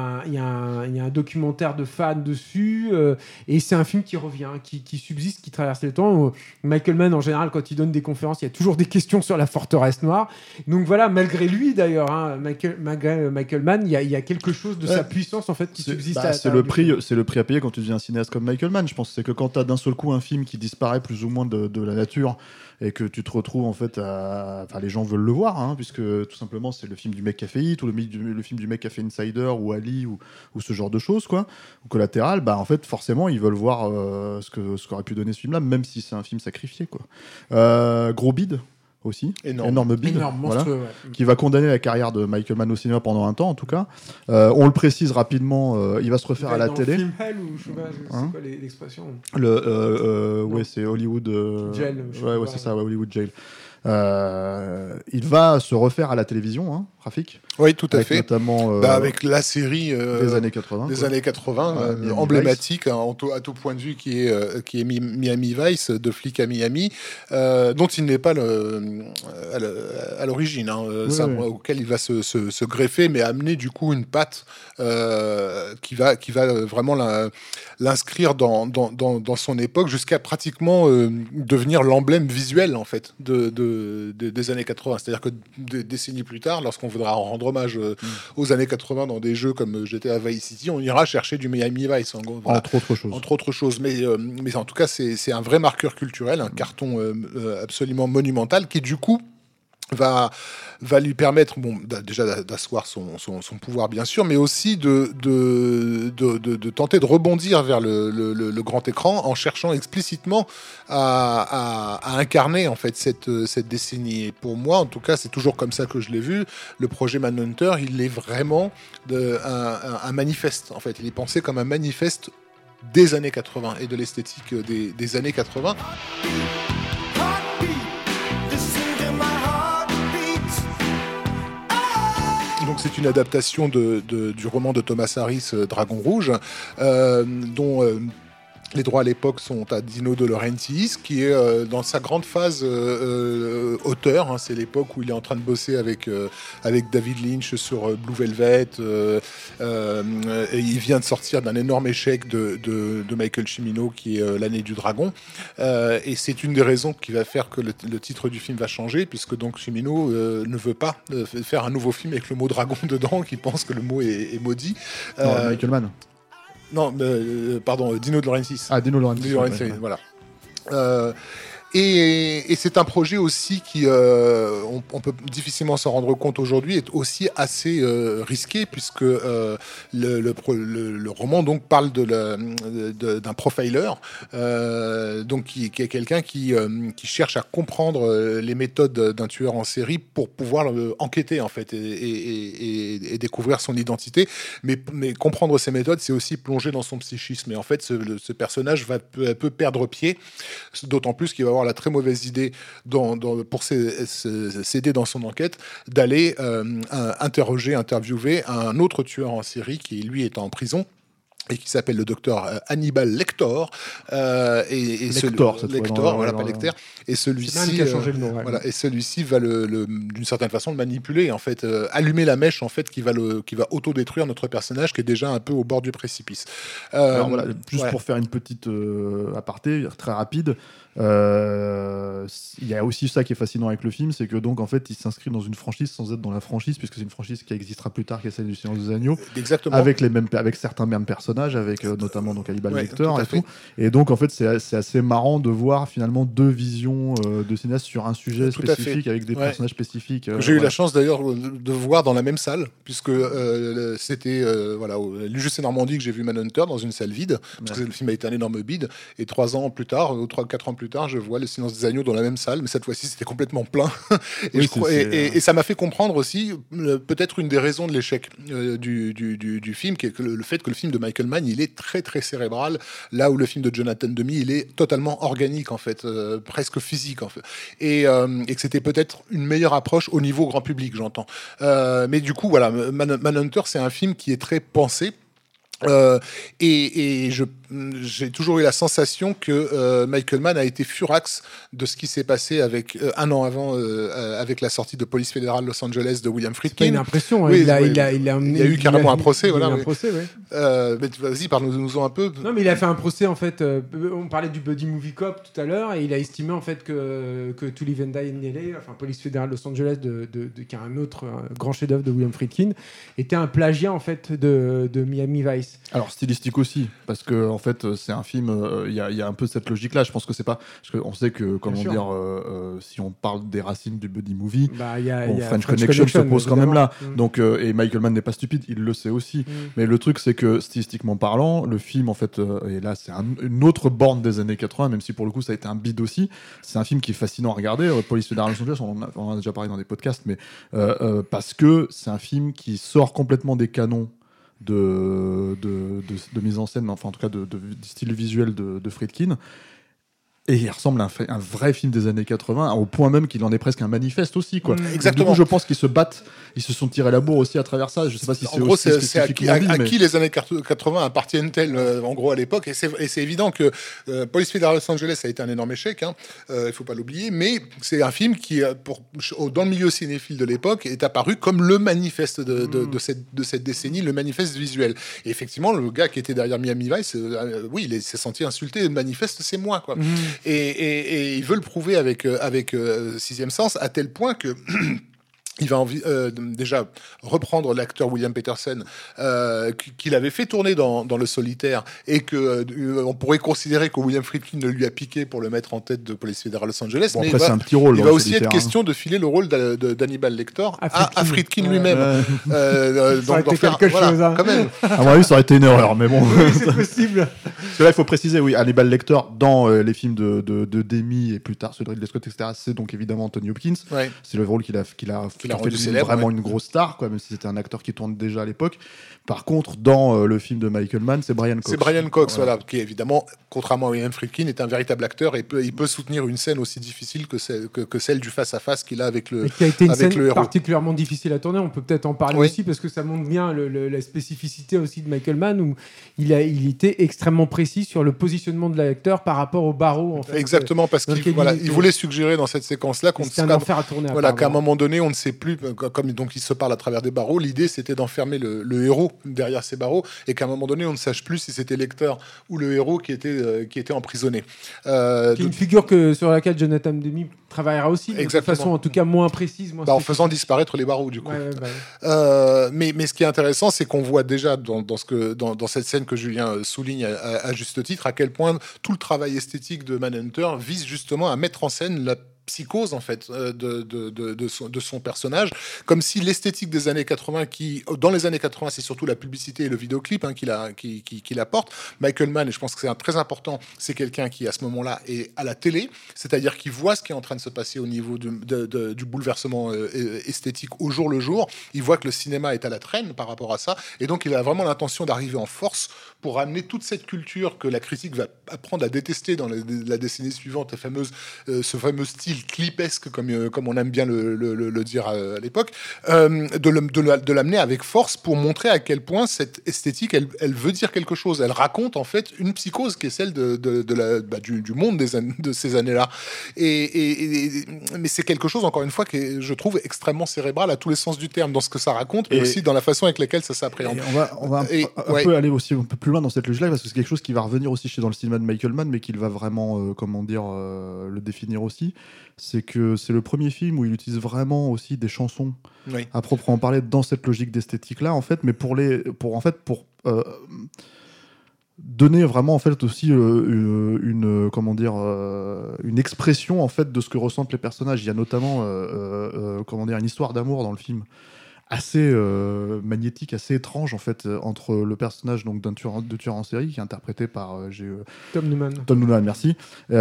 un documentaire de fans dessus, et c'est un film qui revient, qui subsiste, qui traverse les temps. Michael Mann, en général, quand il donne des conférences, il y a toujours des questions sur la forteresse noire. Donc voilà, malgré lui d'ailleurs, hein, Michael Mann, il y a quelque chose de sa puissance en fait qui subsiste. C'est le prix à payer quand tu deviens un cinéaste comme Michael Mann. Je pense c'est que quand tu as d'un seul coup un film qui disparaît plus ou moins de la nature et que tu te retrouves en fait les gens veulent le voir, hein, puisque tout simplement c'est le film du mec qui a fait Hit ou le film du mec qui a fait Insider ou Ali ou ce genre de choses, quoi, ou Collatéral. En fait forcément ils veulent voir ce qu'aurait pu donner ce film là, même si c'est un film sacrifié, quoi. Gros bide aussi, énorme bide, monstrueux, qui va condamner la carrière de Michael Mann au cinéma pendant un temps, en tout cas. On le précise rapidement, il va se refaire à la télé. Film Hell ou je sais pas, c'est quoi l'expression c'est Hollywood Jail. C'est ça, Hollywood Jail. Il va se refaire à la télévision, hein, Rafik. Oui, tout à fait. Notamment avec la série des années 80. Années 80, emblématique, hein, à tout point de vue, qui est Miami Vice, de flic à Miami, dont il n'est pas à l'origine, hein, auquel il va se greffer, mais amener du coup une patte qui va vraiment l'inscrire dans son époque, jusqu'à pratiquement devenir l'emblème visuel en fait des années 80. C'est-à-dire que des décennies plus tard, lorsqu'on voudra rendre hommage aux années 80 dans des jeux comme GTA Vice City, on ira chercher du Miami Vice, entre autres choses. Mais en tout cas, c'est un vrai marqueur culturel, un carton absolument monumental qui du coup va lui permettre, déjà d'asseoir son pouvoir bien sûr, mais aussi de tenter de rebondir vers le grand écran en cherchant explicitement à incarner en fait cette décennie. Et pour moi, en tout cas, c'est toujours comme ça que je l'ai vu. Le projet Manhunter, il est vraiment un manifeste. En fait, il est pensé comme un manifeste des années 80 et de l'esthétique des années 80. Donc c'est une adaptation du roman de Thomas Harris, Dragon Rouge, dont les droits à l'époque sont à Dino De Laurentiis, qui est dans sa grande phase auteur. Hein, c'est l'époque où il est en train de bosser avec David Lynch sur Blue Velvet. Et il vient de sortir d'un énorme échec de Michael Cimino, qui est L'année du dragon. Et c'est une des raisons qui va faire que le titre du film va changer, puisque donc Cimino ne veut pas faire un nouveau film avec le mot dragon dedans, qui pense que le mot est maudit. Michael Mann. Pardon, Dino De Laurentiis. Ah, Dino De Laurentiis. Voilà. Et c'est un projet aussi qui, on peut difficilement s'en rendre compte aujourd'hui, est aussi assez risqué, puisque le roman donc parle d'un profiler, donc qui est quelqu'un qui cherche à comprendre les méthodes d'un tueur en série pour pouvoir enquêter en fait et découvrir son identité. Mais comprendre ces méthodes, c'est aussi plonger dans son psychisme. Et en fait, ce personnage va peu à peu perdre pied, d'autant plus qu'il va avoir la très mauvaise idée pour s'aider dans son enquête d'aller interviewer un autre tueur en série qui lui est en prison et qui s'appelle le docteur Hannibal Lecter. Lecter, pas Lecter. Et celui-ci, a changé de nom, et celui-ci va d'une certaine façon le manipuler, en fait, allumer la mèche en fait qui va autodétruire notre personnage qui est déjà un peu au bord du précipice. Alors voilà, juste pour faire une petite aparté très rapide. Il y a aussi ça qui est fascinant avec le film, c'est que donc en fait il s'inscrit dans une franchise sans être dans la franchise, puisque c'est une franchise qui existera plus tard, qui est celle du Seigneur des Anneaux. Exactement. Avec certains mêmes personnages, avec notamment donc Hannibal Lecter et tout. Et donc en fait c'est assez marrant de voir finalement deux visions de cinéastes sur un sujet spécifique avec des personnages spécifiques. J'ai eu la chance d'ailleurs de voir dans la même salle, puisque c'était Lugus et Normandie que j'ai vu Manhunter dans une salle vide, parce que le film a été un énorme bide, et 4 ans plus tard, je vois Le Silence des Agneaux dans la même salle, mais cette fois-ci c'était complètement plein. Et ça m'a fait comprendre aussi peut-être une des raisons de l'échec du film, qui est le fait que le film de Michael Mann il est très très cérébral, là où le film de Jonathan Demme il est totalement organique en fait, presque physique en fait, et que c'était peut-être une meilleure approche au niveau grand public, j'entends. Mais du coup voilà, Manhunter c'est un film qui est très pensé. Et j'ai toujours eu la sensation que Michael Mann a été furax de ce qui s'est passé avec un an avant avec la sortie de Police fédérale Los Angeles de William Friedkin. C'est pas une impression, oui, il a eu carrément un procès. Voilà, un procès, mais vas-y, parle-nous-en un peu. Non, mais il a fait un procès en fait. On parlait du buddy movie cop tout à l'heure, et il a estimé en fait que To Live and Die in LA, enfin Police fédérale Los Angeles, qui est un autre grand chef-d'œuvre de William Friedkin, était un plagiat en fait de Miami Vice. Alors stylistique aussi, parce que en fait c'est un film, il y a un peu cette logique-là. Je pense que c'est pas, parce qu'on sait que si on parle des racines du buddy movie, French Connection se pose quand même là. Donc et Michael Mann n'est pas stupide, il le sait aussi. Mais le truc c'est que stylistiquement parlant, le film en fait, et là c'est une autre borne des années 80, même si pour le coup ça a été un bide aussi. C'est un film qui est fascinant à regarder. Police fédérale Los Angeles, on en a déjà parlé dans des podcasts, mais parce que c'est un film qui sort complètement des canons de mise en scène, enfin en tout cas de style visuel de Friedkin, et il ressemble à un vrai film des années 80, au point même qu'il en est presque un manifeste aussi, quoi. Exactement. Du coup, je pense qu'ils se battent, ils se sont tirés la bourre aussi à travers ça. Je sais pas si c'est aussi spécifique à qui les années 80 appartiennent-elles en gros à l'époque, et c'est évident que Police fédérale Los Angeles a été un énorme échec, il faut pas l'oublier, mais c'est un film qui dans le milieu cinéphile de l'époque est apparu comme le manifeste de cette décennie, le manifeste visuel. Et effectivement, le gars qui était derrière Miami Vice, il s'est senti insulté. Le manifeste, c'est moi, quoi. Et il veut le prouver avec Sixième Sens, à tel point que il va déjà reprendre l'acteur William Peterson qu'il avait fait tourner dans Le Solitaire, et que on pourrait considérer que William Friedkin le lui a piqué pour le mettre en tête de Police fédérale Los Angeles. Bon, mais après, c'est un petit rôle. Il va aussi être question de filer le rôle d'Hannibal Lecter à Friedkin lui-même. Ça aurait été quelque chose, quand même. À mon avis, ça aurait été une erreur, mais bon. Oui, c'est possible. Parce que là, il faut préciser, oui, Hannibal Lecter dans les films de Demi et plus tard ceux de Ridley Scott, etc. C'est donc évidemment Anthony Hopkins. Ouais. C'est le rôle qu'il a fait célèbre, vraiment une grosse star, quoi, même si c'était un acteur qui tourne déjà à l'époque. Par contre, dans le film de Michael Mann, c'est Brian Cox. C'est Brian Cox, voilà, qui évidemment, contrairement à William Friedkin, est un véritable acteur, et il peut soutenir une scène aussi difficile que celle du face-à-face qu'il a avec le héros. Qui a été une scène particulièrement difficile à tourner. On peut peut-être en parler aussi, parce que ça montre bien la spécificité aussi de Michael Mann, où il était extrêmement précis sur le positionnement de l'acteur par rapport au barreau. En fait, exactement, parce qu'il voulait suggérer dans cette séquence-là qu'à un moment donné, on ne sait plus comme donc il se parle à travers des barreaux. L'idée, c'était d'enfermer le héros derrière ces barreaux et qu'à un moment donné, on ne sache plus si c'était Lecter ou le héros qui était emprisonné. Qui est une figure sur laquelle Jonathan Demme travaillera aussi, de façon en tout cas moins précise. En faisant disparaître les barreaux, du coup. Mais ce qui est intéressant, c'est qu'on voit déjà dans cette scène que Julien souligne à juste titre, à quel point tout le travail esthétique de Manhunter vise justement à mettre en scène la psychose en fait de son personnage, comme si l'esthétique des années 80, qui dans les années 80 c'est surtout la publicité et le vidéoclip qui l'apporte. Michael Mann, et je pense que c'est très important, c'est quelqu'un qui à ce moment-là est à la télé, c'est-à-dire qu'il voit ce qui est en train de se passer au niveau du bouleversement esthétique au jour le jour. Il voit que le cinéma est à la traîne par rapport à ça, et donc il a vraiment l'intention d'arriver en force pour amener toute cette culture que la critique va apprendre à détester dans la décennie suivante, ce fameux style clipesque, comme on aime bien le dire à l'époque, de l'amener avec force pour montrer à quel point cette esthétique, elle veut dire quelque chose. Elle raconte en fait une psychose qui est celle du monde de ces années-là. Mais c'est quelque chose, encore une fois, que je trouve extrêmement cérébral à tous les sens du terme, dans ce que ça raconte, mais aussi dans la façon avec laquelle ça s'appréhende. On va un peu aller aussi un peu plus loin dans cette logique-là, parce que c'est quelque chose qui va revenir aussi dans le cinéma de Michael Mann, mais qu'il va vraiment, le définir aussi. C'est que c'est le premier film où il utilise vraiment aussi des chansons à proprement parler dans cette logique d'esthétique-là, en fait, mais pour donner vraiment en fait aussi une expression en fait de ce que ressentent les personnages. Il y a notamment une histoire d'amour dans le film assez magnétique, assez étrange en fait entre le personnage donc de tueur en série qui est interprété par Tom Noonan. Tom Noonan, merci, qui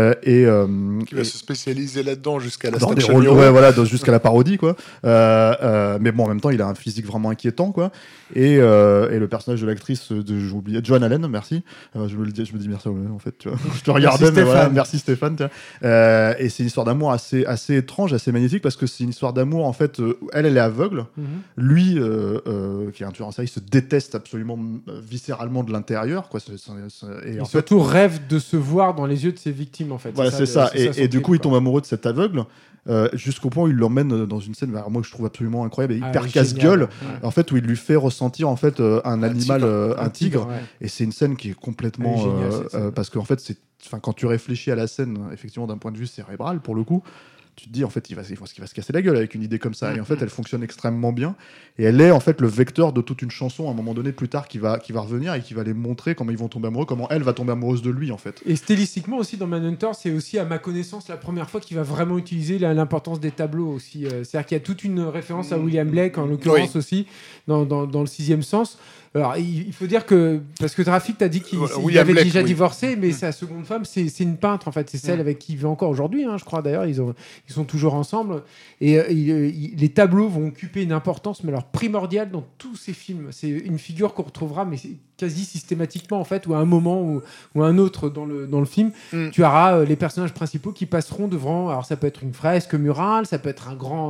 va se spécialiser là-dedans jusqu'à la jusqu'à la parodie quoi. Mais bon, en même temps, il a un physique vraiment inquiétant quoi. Et le personnage de l'actrice j'ai oublié, Joan Allen, merci. Je me dis merci en fait, tu vois. Je te regardais, mais voilà, merci Stéphane. Et c'est une histoire d'amour assez étrange, assez magnétique, parce que c'est une histoire d'amour en fait. Elle est aveugle. Lui, qui est un tueur en série, se déteste absolument viscéralement de l'intérieur, quoi. Et surtout rêve de se voir dans les yeux de ses victimes, en fait. Voilà, c'est ça. Et du coup, il tombe amoureux de cet aveugle. Jusqu'au point où il l'emmène dans une scène, moi que je trouve absolument incroyable et hyper casse-gueule, en fait, où il lui fait ressentir en fait un animal, un tigre. Ouais. Et c'est une scène qui est complètement parce qu'en fait, quand tu réfléchis à la scène, effectivement, d'un point de vue cérébral, pour le coup, tu te dis en fait il va se casser la gueule avec une idée comme ça, et en fait elle fonctionne extrêmement bien, et elle est en fait le vecteur de toute une chanson à un moment donné plus tard qui va revenir et qui va les montrer comment ils vont tomber amoureux, comment elle va tomber amoureuse de lui en fait. Et stylistiquement aussi dans Manhunter, c'est aussi à ma connaissance la première fois qu'il va vraiment utiliser l'importance des tableaux aussi, c'est-à-dire qu'il y a toute une référence à William Blake en l'occurrence aussi dans le sixième sens. Alors, il faut dire que, parce que Traffic t'a dit qu'il avait déjà divorcé, mais sa seconde femme, c'est une peintre, en fait. C'est celle avec qui il vit encore aujourd'hui, je crois. D'ailleurs, ils sont toujours ensemble. Et les tableaux vont occuper une importance, mais alors primordiale dans tous ces films. C'est une figure qu'on retrouvera, mais quasi systématiquement, en fait, ou à un moment ou à un autre dans le film. Tu auras les personnages principaux qui passeront devant. Alors, ça peut être une fresque murale, ça peut être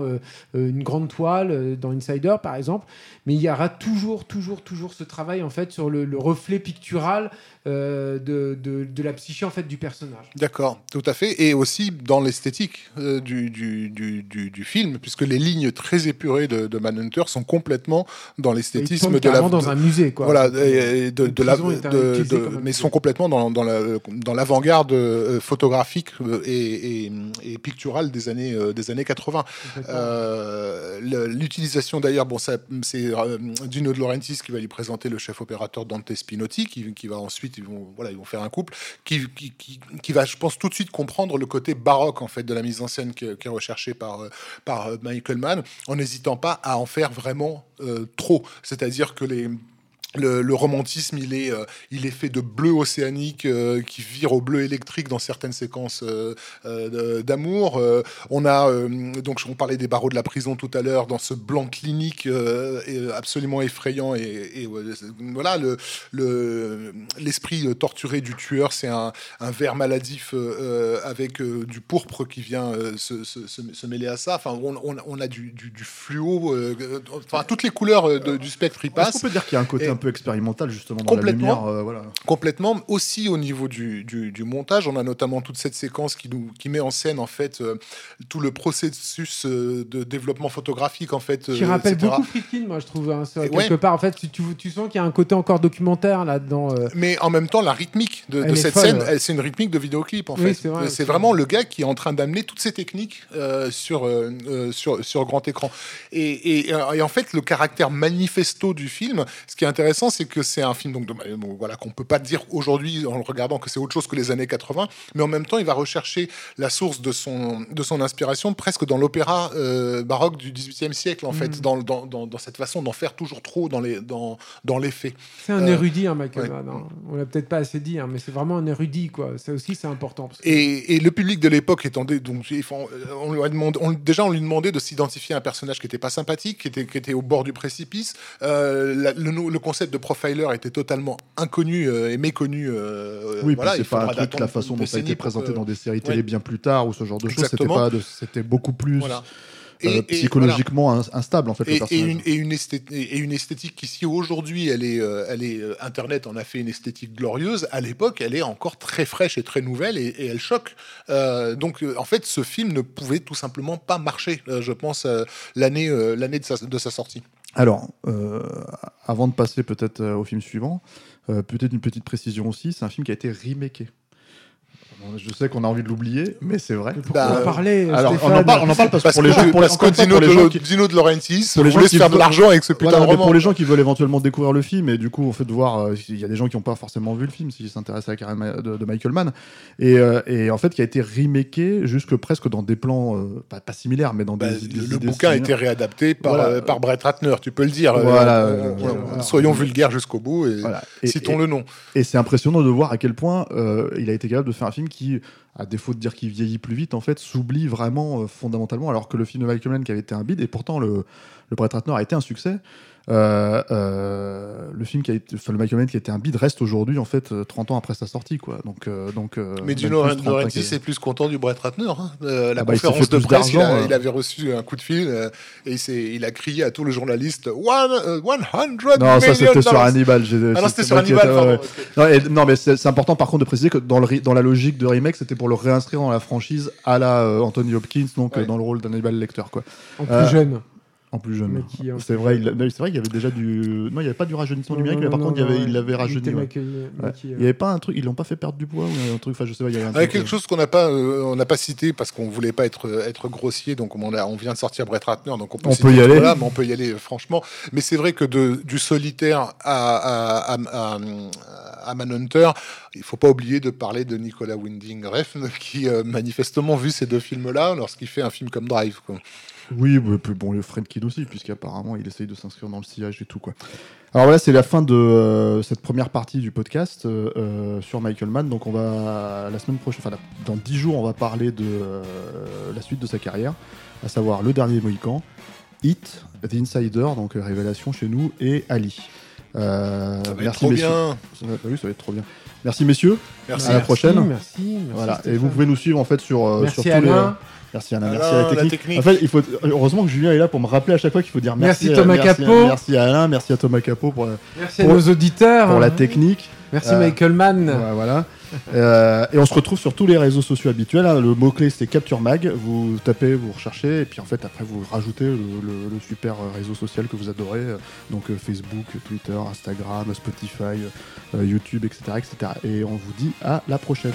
une grande toile dans Insider, par exemple. Mais il y aura toujours ce travail en fait sur le reflet pictural de la psyché en fait du personnage. D'accord, tout à fait, et aussi dans l'esthétique du film, puisque les lignes très épurées de Manhunter sont complètement dans l'esthétisme dans un musée quoi. Voilà, mais sont complètement dans l'avant-garde photographique et picturale des années 80. L'utilisation d'ailleurs, c'est Dino De Laurentiis qui va lui présenter le chef opérateur Dante Spinotti, qui va ensuite ils vont faire un couple qui va, je pense, tout de suite comprendre le côté baroque en fait de la mise en scène qui est recherché par Michael Mann, en n'hésitant pas à en faire vraiment trop, c'est-à-dire que le romantisme, il est fait de bleu océanique qui vire au bleu électrique dans certaines séquences d'amour. On parlait des barreaux de la prison tout à l'heure, dans ce blanc clinique absolument effrayant, et voilà, l'esprit torturé du tueur, c'est un ver maladif avec du pourpre qui vient se mêler à ça. Enfin, on a du fluo, toutes les couleurs du spectre y passent. Est-ce qu'on peut dire qu'il y a un côté un peu peu expérimental justement dans la lumière. Voilà. Complètement. Aussi au niveau du montage, on a notamment toute cette séquence qui met en scène en fait tout le processus de développement photographique en fait. Qui rappelle etc. beaucoup Friedkin, moi je trouve quelque part. En fait, tu sens qu'il y a un côté encore documentaire là-dedans. Mais en même temps, la rythmique de cette scène, c'est une rythmique de vidéoclip en fait. C'est vraiment le gars qui est en train d'amener toutes ces techniques sur grand écran. Et en fait, le caractère manifesto du film, ce qui est intéressant, c'est que c'est un film voilà, qu'on peut pas dire aujourd'hui en le regardant que c'est autre chose que les années 80, mais en même temps, il va rechercher la source de son inspiration presque dans l'opéra baroque du XVIIIe siècle, en fait, dans cette façon d'en faire toujours trop dans les faits. C'est un érudit, Michael Mann. On l'a peut-être pas assez dit, mais c'est vraiment un érudit, quoi. Ça aussi, c'est important. Parce que... et le public de l'époque on lui demandait de s'identifier à un personnage qui n'était pas sympathique, qui était au bord du précipice. Le concept de profiler était totalement inconnu et méconnu. Oui, voilà, c'est pas un truc, la façon dont ça a été présenté dans des séries télé bien plus tard ou ce genre de choses. C'était beaucoup plus... Voilà. Psychologiquement instable en fait le personnage. Et une esthétique qui, si aujourd'hui elle est Internet en a fait une esthétique glorieuse, à l'époque elle est encore très fraîche et très nouvelle et elle choque. Donc en fait ce film ne pouvait tout simplement pas marcher, je pense, l'année de sa sortie. Alors avant de passer peut-être au film suivant, peut-être une petite précision aussi, c'est un film qui a été remaké. Je sais qu'on a envie de l'oublier, mais c'est vrai. Pourquoi en parler, alors, on en parle parce que Dino De Laurentiis voulait se faire de l'argent avec ce putain de roman. Pour les gens qui veulent éventuellement découvrir le film, et du coup, en fait, voir, il y a des gens qui n'ont pas forcément vu le film, s'ils s'intéressent à la carrière de Michael Mann, et en fait, qui a été remaké jusque presque dans des plans pas similaires, mais dans des le bouquin a été réadapté par Brett Ratner, tu peux le dire. Soyons vulgaires jusqu'au bout et citons le nom. Et c'est impressionnant de voir à quel point il a été capable de faire un film qui, à défaut de dire qu'il vieillit plus vite, en fait, s'oublie vraiment fondamentalement, alors que le film de Michael Mann qui avait été un bide, et pourtant le Brett Ratner a été un succès. Le film le Michael Mann qui a été un bide reste aujourd'hui en fait 30 ans après sa sortie, quoi. Donc mais Dino De Laurentiis est plus content du Brett Ratner. La conférence de presse, il avait reçu un coup de fil et il a crié à tous les journalistes 100 Non, ça c'était sur Hannibal. C'était sur Hannibal. Non, mais c'est important par contre de préciser que dans la logique de remake, c'était pour le réinscrire dans la franchise à la Anthony Hopkins, donc dans le rôle d'Hannibal Lecter, quoi. En plus jeune. En plus jeune. C'est vrai qu'il y avait déjà du. Non, il n'y avait pas du rajeunissement numérique, mais par contre, il l'avait rajeuni. Il n'y avait pas un truc, ils l'ont pas fait perdre du poids ou un truc. Enfin, je sais pas. Il y avait un truc, quelque chose qu'on n'a pas cité parce qu'on voulait pas être grossier, donc on vient de sortir Brett Ratner, donc on peut y aller. Là, mais on peut y aller franchement. Mais c'est vrai que du solitaire à Manhunter, il faut pas oublier de parler de Nicolas Winding Refn qui manifestement vu ces deux films-là lorsqu'il fait un film comme Drive, quoi. Oui, bon, le Friedkin aussi, puisqu'apparemment il essaye de s'inscrire dans le sillage et tout, quoi. Alors voilà, c'est la fin de cette première partie du podcast sur Michael Mann. Donc on va la semaine prochaine, enfin dans 10 jours, on va parler de la suite de sa carrière, à savoir Le Dernier Mohican, Hit, The Insider, donc Révélation chez nous, et Ali. Merci messieurs. Oui, ça va être trop bien. Merci messieurs. Merci. À la prochaine. Merci. Voilà. Et vous pouvez nous suivre en fait sur tous Alain. Merci Alain, merci à la technique. En fait, heureusement que Julien est là pour me rappeler à chaque fois qu'il faut dire merci Thomas Capot. Merci à Alain, merci à Thomas Capot pour à nos auditeurs pour la technique. Merci Michael Mann. Voilà. Et on se retrouve sur tous les réseaux sociaux habituels. Le mot-clé c'est Capture Mag. Vous tapez, vous recherchez, et puis en fait après vous rajoutez le super réseau social que vous adorez. Donc Facebook, Twitter, Instagram, Spotify, YouTube, etc., etc. Et on vous dit à la prochaine.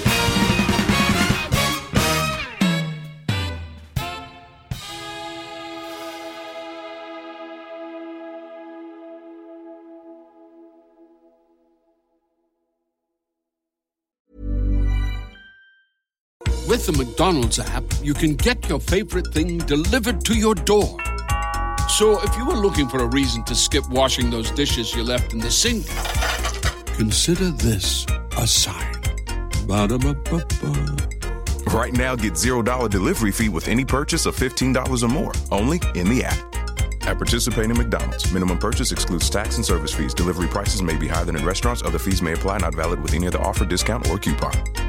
With the McDonald's app, you can get your favorite thing delivered to your door. So if you were looking for a reason to skip washing those dishes you left in the sink, consider this a sign. Ba-da-ba-ba-ba. Right now, get $0 delivery fee with any purchase of $15 or more, only in the app. At participating McDonald's, minimum purchase excludes tax and service fees. Delivery prices may be higher than in restaurants. Other fees may apply, not valid with any other offer, discount, or coupon.